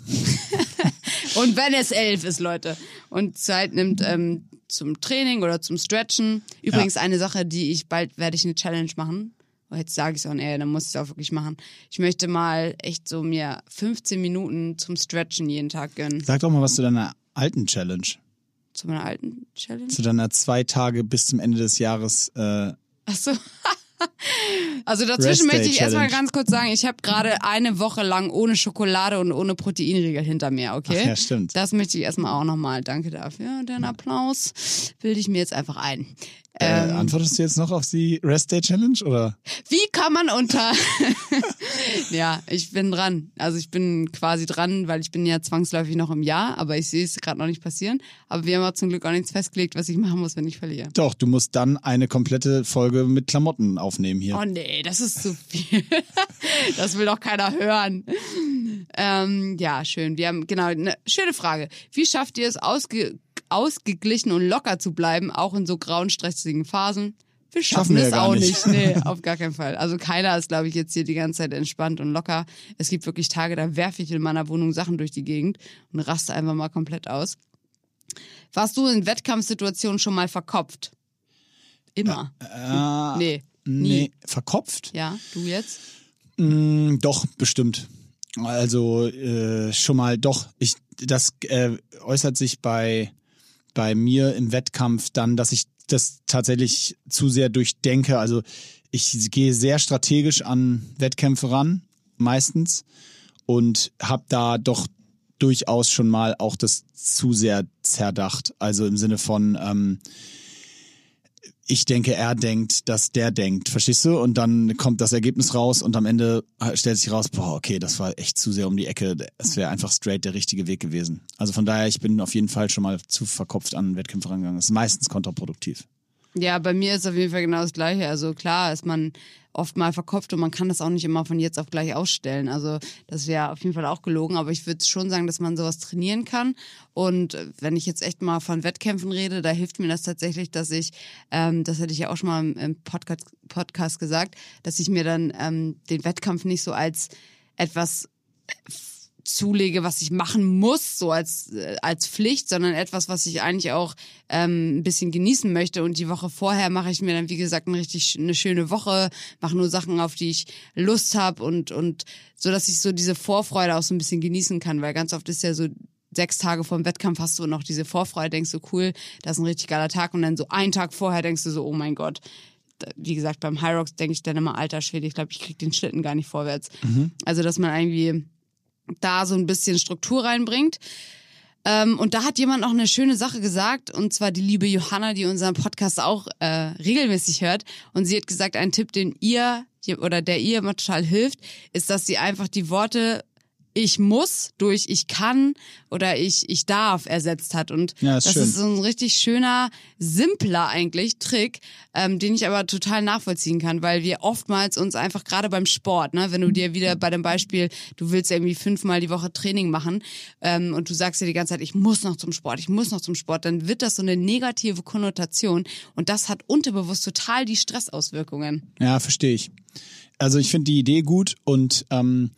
Und wenn es 11 ist, Leute, und Zeit nimmt zum Training oder zum Stretchen. Übrigens eine Sache, bald werde ich eine Challenge machen. Oh, jetzt sage ich es auch, dann muss ich es auch wirklich machen. Ich möchte mal echt so mir 15 Minuten zum Stretchen jeden Tag gönnen.
Sag doch mal was zu deiner alten Challenge.
Zu meiner alten Challenge?
Zu deiner 2 Tage bis zum Ende des Jahres.
Ach so. Also dazwischen möchte ich erstmal ganz kurz sagen, ich habe gerade eine Woche lang ohne Schokolade und ohne Proteinriegel hinter mir, okay?
Ach ja, stimmt.
Das möchte ich erstmal auch nochmal, danke dafür, den Applaus, bilde ich mir jetzt einfach ein.
Antwortest du jetzt noch auf die Rest Day Challenge, oder?
Wie kann man Ja, ich bin dran. Also ich bin quasi dran, weil ich bin ja zwangsläufig noch im Jahr, aber ich sehe es gerade noch nicht passieren. Aber wir haben auch zum Glück auch nichts festgelegt, was ich machen muss, wenn ich verliere.
Doch, du musst dann eine komplette Folge mit Klamotten aufnehmen hier.
Oh nee, das ist zu viel. Das will doch keiner hören. Ja, schön. Wir haben, genau, eine schöne Frage. Wie schafft ihr es, ausgeglichen und locker zu bleiben, auch in so grauen, stressigen Phasen? Wir schaffen es auch nicht. Nee, auf gar keinen Fall. Also keiner ist, glaube ich, jetzt hier die ganze Zeit entspannt und locker. Es gibt wirklich Tage, da werfe ich in meiner Wohnung Sachen durch die Gegend und raste einfach mal komplett aus. Warst du in Wettkampfsituationen schon mal verkopft? Immer. Nee.
Nee, verkopft?
Ja, du jetzt?
Doch, bestimmt. Also schon mal doch. Das äußert sich bei mir im Wettkampf dann, dass ich das tatsächlich zu sehr durchdenke. Also ich gehe sehr strategisch an Wettkämpfe ran, meistens, und habe da doch durchaus schon mal auch das zu sehr zerdacht. Also im Sinne von ich denke, er denkt, dass der denkt, verstehst du? Und dann kommt das Ergebnis raus und am Ende stellt sich raus, boah, okay, das war echt zu sehr um die Ecke. Es wäre einfach straight der richtige Weg gewesen. Also von daher, ich bin auf jeden Fall schon mal zu verkopft an Wettkämpfe rangegangen. Das ist meistens kontraproduktiv.
Ja, bei mir ist auf jeden Fall genau das Gleiche. Also klar ist man oft mal verkopft und man kann das auch nicht immer von jetzt auf gleich ausstellen. Also das wäre auf jeden Fall auch gelogen. Aber ich würde schon sagen, dass man sowas trainieren kann. Und wenn ich jetzt echt mal von Wettkämpfen rede, da hilft mir das tatsächlich, dass ich, das hätte ich ja auch schon mal im Podcast gesagt, dass ich mir dann den Wettkampf nicht so als etwas zulege, was ich machen muss, so als Pflicht, sondern etwas, was ich eigentlich auch ein bisschen genießen möchte. Und die Woche vorher mache ich mir dann, wie gesagt, eine schöne Woche, mache nur Sachen, auf die ich Lust habe und so, dass ich so diese Vorfreude auch so ein bisschen genießen kann, weil ganz oft ist ja so 6 Tage vor dem Wettkampf hast du noch diese Vorfreude, denkst du, cool, das ist ein richtig geiler Tag und dann so einen Tag vorher denkst du so, oh mein Gott. Wie gesagt, beim High Rocks denke ich dann immer, alter Schwede, ich glaube, ich krieg den Schlitten gar nicht vorwärts. Also, dass man irgendwie da so ein bisschen Struktur reinbringt. Und da hat jemand noch eine schöne Sache gesagt, und zwar die liebe Johanna, die unseren Podcast auch regelmäßig hört. Und sie hat gesagt, ein Tipp, der ihr immer total hilft, ist, dass sie einfach die Worte ich muss durch ich kann oder ich darf ersetzt hat. Und
ja,
das ist so ein richtig schöner, simpler eigentlich Trick, den ich aber total nachvollziehen kann, weil wir oftmals uns einfach gerade beim Sport, ne, wenn du dir wieder bei dem Beispiel, du willst irgendwie 5-mal die Woche Training machen und du sagst dir die ganze Zeit, ich muss noch zum Sport, dann wird das so eine negative Konnotation und das hat unterbewusst total die Stressauswirkungen.
Ja, verstehe ich. Also ich finde die Idee gut und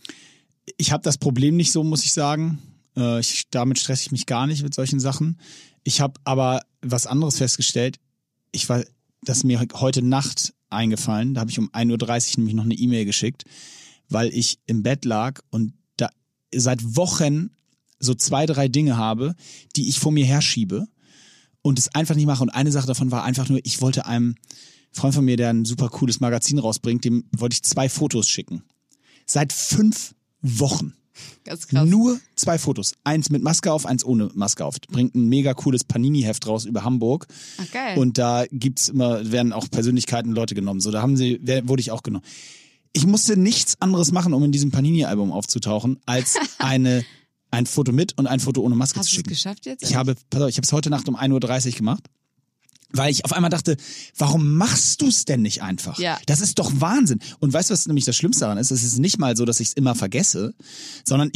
ich habe das Problem nicht so, muss ich sagen. Damit stresse ich mich gar nicht mit solchen Sachen. Ich habe aber was anderes festgestellt. Das ist mir heute Nacht eingefallen. Da habe ich um 1.30 Uhr nämlich noch eine E-Mail geschickt, weil ich im Bett lag und da seit Wochen so 2-3 Dinge habe, die ich vor mir herschiebe und es einfach nicht mache. Und eine Sache davon war einfach nur, ich wollte einem Freund von mir, der ein super cooles Magazin rausbringt, dem wollte ich 2 Fotos schicken. Seit 5 Wochen.
Ganz krass.
Nur 2 Fotos. Eins mit Maske auf, eins ohne Maske auf. Bringt ein mega cooles Panini-Heft raus über Hamburg.
Ach, geil.
Und da werden auch Persönlichkeiten, Leute genommen. So, wurde ich auch genommen. Ich musste nichts anderes machen, um in diesem Panini-Album aufzutauchen, als ein Foto mit und ein Foto ohne Maske zu schicken.
Hast du es geschafft jetzt?
Ich habe es heute Nacht um 1.30 Uhr gemacht. Weil ich auf einmal dachte, warum machst du es denn nicht einfach?
Ja.
Das ist doch Wahnsinn. Und weißt du, was nämlich das Schlimmste daran ist? Es ist nicht mal so, dass ich es immer vergesse, sondern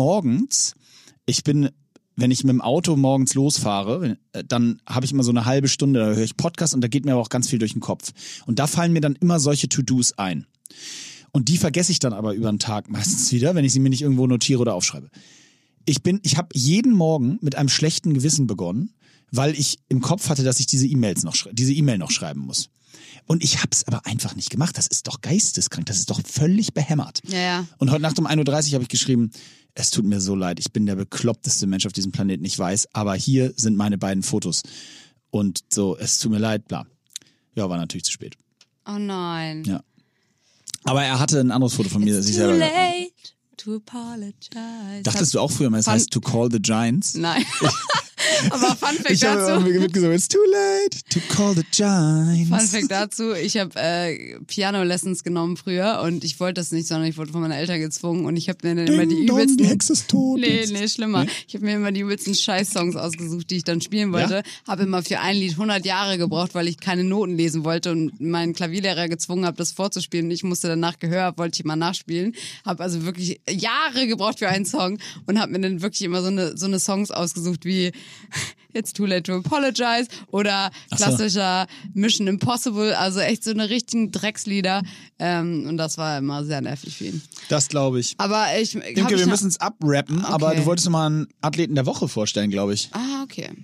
wenn ich mit dem Auto morgens losfahre, dann habe ich immer so eine halbe Stunde, da höre ich Podcast und da geht mir aber auch ganz viel durch den Kopf. Und da fallen mir dann immer solche To-Dos ein. Und die vergesse ich dann aber über den Tag meistens wieder, wenn ich sie mir nicht irgendwo notiere oder aufschreibe. Ich habe jeden Morgen mit einem schlechten Gewissen begonnen, weil ich im Kopf hatte, dass ich diese E-Mail noch schreiben muss. Und ich habe es aber einfach nicht gemacht. Das ist doch geisteskrank. Das ist doch völlig behämmert.
Ja.
Und heute Nacht um 1.30 Uhr habe ich geschrieben, es tut mir so leid, ich bin der bekloppteste Mensch auf diesem Planeten, ich weiß, aber hier sind meine beiden Fotos. Und so, es tut mir leid, bla. Ja, war natürlich zu spät.
Oh nein.
Ja. Aber er hatte ein anderes Foto von mir, das ich selber...
Too late to apologize.
Dachtest du auch früher mal, es heißt to call the Giants?
Nein. Aber Fun Fact
Ich habe
dazu.
mitgesungen, it's too late to call the Giants.
Fun Fact dazu, ich habe Piano-Lessons genommen früher und ich wollte das nicht, sondern ich wurde von meinen Eltern gezwungen und ich habe mir dann immer die übelsten...
Die Hexe ist tot.
Nee, schlimmer.
Nee?
Ich habe mir immer die übelsten Scheiß-Songs ausgesucht, die ich dann spielen wollte.
Ja?
Habe immer für ein Lied 100 Jahre gebraucht, weil ich keine Noten lesen wollte und meinen Klavierlehrer gezwungen habe, das vorzuspielen. Ich musste danach Gehör, wollte ich immer nachspielen. Habe also wirklich Jahre gebraucht für einen Song und habe mir dann wirklich immer so eine Songs ausgesucht wie It's Too Late to Apologize oder klassischer Mission Impossible, also echt so eine richtigen Dreckslieder und das war immer sehr nervig für ihn.
Das glaube ich.
Aber
Imke, wir müssen es abrappen, aber du wolltest noch mal einen Athleten der Woche vorstellen, glaube ich.
Ah, okay.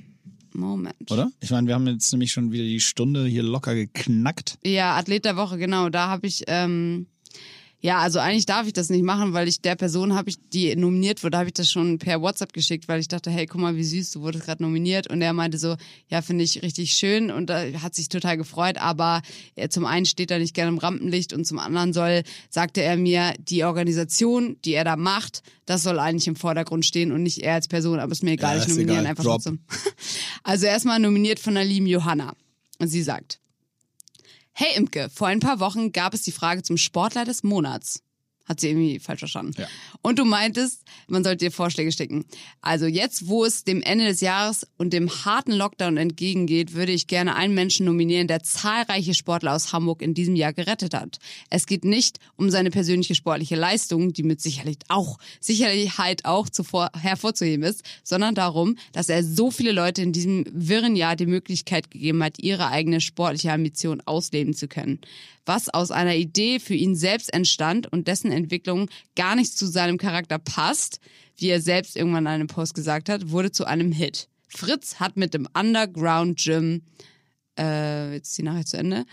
Moment.
Oder? Ich meine, wir haben jetzt nämlich schon wieder die Stunde hier locker geknackt.
Ja, Athlet der Woche, genau. Da habe ich, ja, also eigentlich darf ich das nicht machen, weil ich der Person die nominiert wurde, habe ich das schon per WhatsApp geschickt, weil ich dachte, hey, guck mal, wie süß, du wurdest gerade nominiert. Und er meinte so, ja, finde ich richtig schön und hat sich total gefreut, aber zum einen steht er nicht gerne im Rampenlicht und zum anderen sagte er mir, die Organisation, die er da macht, das soll eigentlich im Vordergrund stehen und nicht er als Person, aber ist mir egal,
Ja,
ich nominiere ihn
egal.
einfach
Drop.
trotzdem. Also erstmal nominiert von der lieben Johanna. Und sie sagt: Hey Imke, vor ein paar Wochen gab es die Frage zum Sportler des Monats. Hat sie irgendwie falsch verstanden.
Ja.
Und du meintest, man sollte dir Vorschläge schicken. Also jetzt, wo es dem Ende des Jahres und dem harten Lockdown entgegengeht, würde ich gerne einen Menschen nominieren, der zahlreiche Sportler aus Hamburg in diesem Jahr gerettet hat. Es geht nicht um seine persönliche sportliche Leistung, die mit Sicherheit auch hervorzuheben ist, sondern darum, dass er so viele Leute in diesem wirren Jahr die Möglichkeit gegeben hat, ihre eigene sportliche Ambition ausleben zu können. Was aus einer Idee für ihn selbst entstand und dessen Entwicklung gar nicht zu seinem Charakter passt, wie er selbst irgendwann in einem Post gesagt hat, wurde zu einem Hit. Fritz hat mit dem Underground Gym, jetzt ist die Nachricht zu Ende,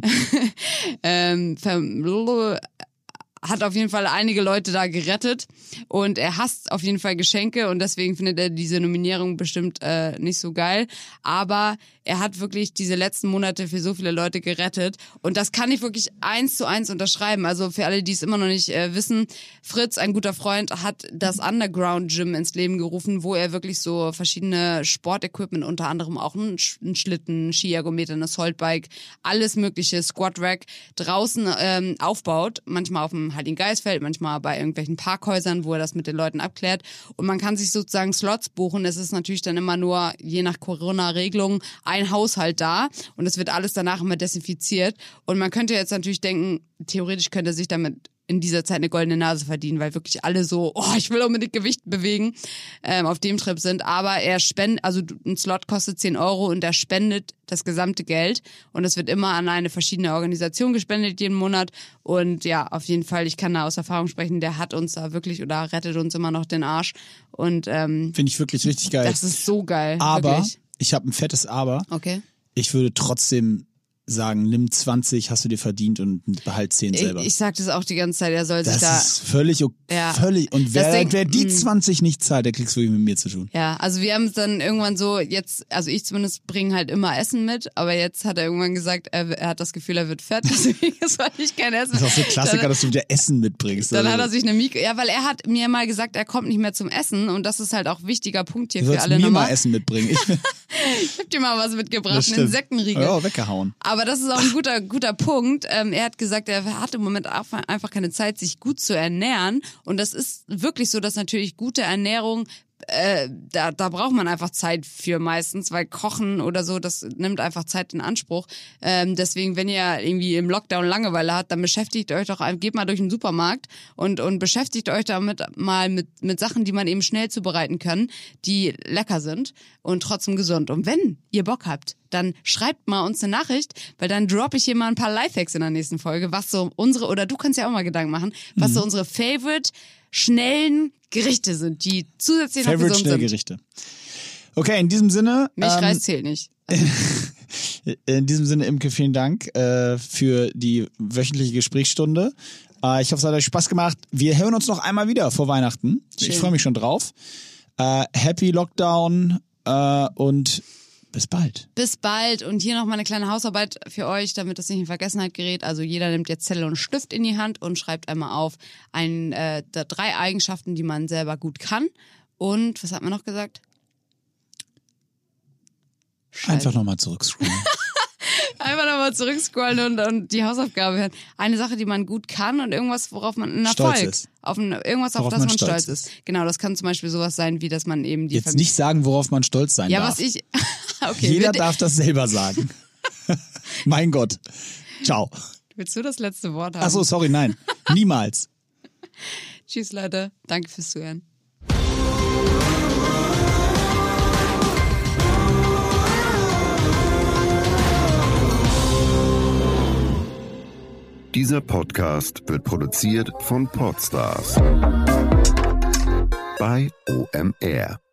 hat auf jeden Fall einige Leute da gerettet und er hasst auf jeden Fall Geschenke und deswegen findet er diese Nominierung bestimmt nicht so geil, aber er hat wirklich diese letzten Monate für so viele Leute gerettet und das kann ich wirklich 1:1 unterschreiben. Also für alle, die es immer noch nicht wissen, Fritz, ein guter Freund, hat das Underground Gym ins Leben gerufen, wo er wirklich so verschiedene Sportequipment, unter anderem auch einen Schlitten, Skiergometer, eine Assaultbike, alles mögliche, Squat-Rack draußen aufbaut, manchmal auf dem Heiligengeistfeld, manchmal bei irgendwelchen Parkhäusern, wo er das mit den Leuten abklärt und man kann sich sozusagen Slots buchen. Es ist natürlich dann immer nur, je nach Corona-Regelung, ein Haushalt da und es wird alles danach immer desinfiziert und man könnte jetzt natürlich denken, theoretisch könnte er sich damit in dieser Zeit eine goldene Nase verdienen, weil wirklich alle so, ich will unbedingt Gewicht bewegen, auf dem Trip sind. Aber er spendet, also ein Slot kostet 10 € und er spendet das gesamte Geld und es wird immer an eine verschiedene Organisation gespendet jeden Monat. Und ja, auf jeden Fall, ich kann da aus Erfahrung sprechen, der hat uns da wirklich oder rettet uns immer noch den Arsch. Und
finde ich wirklich richtig geil.
Das ist so geil.
Aber,
wirklich.
ich habe ein fettes Aber.
Okay.
Ich würde trotzdem sagen, nimm 20, hast du dir verdient und behalt 10 selber.
Ich sag das auch die ganze Zeit, er soll sich da...
Das ist völlig okay.
Ja.
Völlig. Und wer die 20 nicht zahlt, der kriegt's wirklich mit mir zu tun.
Ja, also wir haben es dann irgendwann so, jetzt, also ich zumindest bringe halt immer Essen mit, aber jetzt hat er irgendwann gesagt, er hat das Gefühl, er wird fett, deswegen soll ich kein Essen.
Das ist auch so ein Klassiker, dass du wieder Essen mitbringst.
Dann hat er sich eine weil er hat mir mal gesagt, er kommt nicht mehr zum Essen und das ist halt auch ein wichtiger Punkt hier
du
für alle
mir
nochmal.
mal Essen mitbringen.
Ich hab dir mal was mitgebracht, einen Insektenriegel.
Ja, weggehauen.
Aber das ist auch ein guter Punkt. Er hat gesagt, er hat im Moment einfach keine Zeit, sich gut zu ernähren. Und das ist wirklich so, dass natürlich gute Ernährung, da braucht man einfach Zeit für meistens, weil Kochen oder so, das nimmt einfach Zeit in Anspruch. Deswegen, wenn ihr irgendwie im Lockdown Langeweile habt, dann beschäftigt euch doch, geht mal durch den Supermarkt und beschäftigt euch damit mal mit Sachen, die man eben schnell zubereiten kann, die lecker sind und trotzdem gesund. Und wenn ihr Bock habt, dann schreibt mal uns eine Nachricht, weil dann droppe ich hier mal ein paar Lifehacks in der nächsten Folge, was so oder du kannst ja auch mal Gedanken machen, was so unsere Favorite schnellen Gerichte sind, die zusätzlich noch
Favorite
gesund sind.
Schnellgerichte. Okay, in diesem Sinne.
Milchreis zählt nicht.
In diesem Sinne, Imke, vielen Dank für die wöchentliche Gesprächsstunde. Ich hoffe, es hat euch Spaß gemacht. Wir hören uns noch einmal wieder vor Weihnachten.
Schön.
Ich freue mich schon drauf. Happy Lockdown und bis bald.
Bis bald und hier noch mal eine kleine Hausarbeit für euch, damit das nicht in Vergessenheit gerät. Also jeder nimmt jetzt Zettel und Stift in die Hand und schreibt einmal auf 3 Eigenschaften, die man selber gut kann. Und was hat man noch gesagt?
Einfach nochmal zurückscrollen.
Einfach nochmal zurückscrollen und die Hausaufgabe hören. Eine Sache, die man gut kann und irgendwas, worauf man einen
Stolz
Erfolg
ist.
Irgendwas, auf das man stolz ist. Genau, das kann zum Beispiel sowas sein, wie dass man eben die
Jetzt nicht sagen, worauf man stolz sein
Ja,
darf.
was ich... Okay,
Jeder darf das selber sagen. Mein Gott. Ciao.
Willst du das letzte Wort haben?
Achso, sorry, nein. Niemals.
Tschüss, Leute. Danke fürs Zuhören.
Dieser Podcast wird produziert von Podstars bei OMR.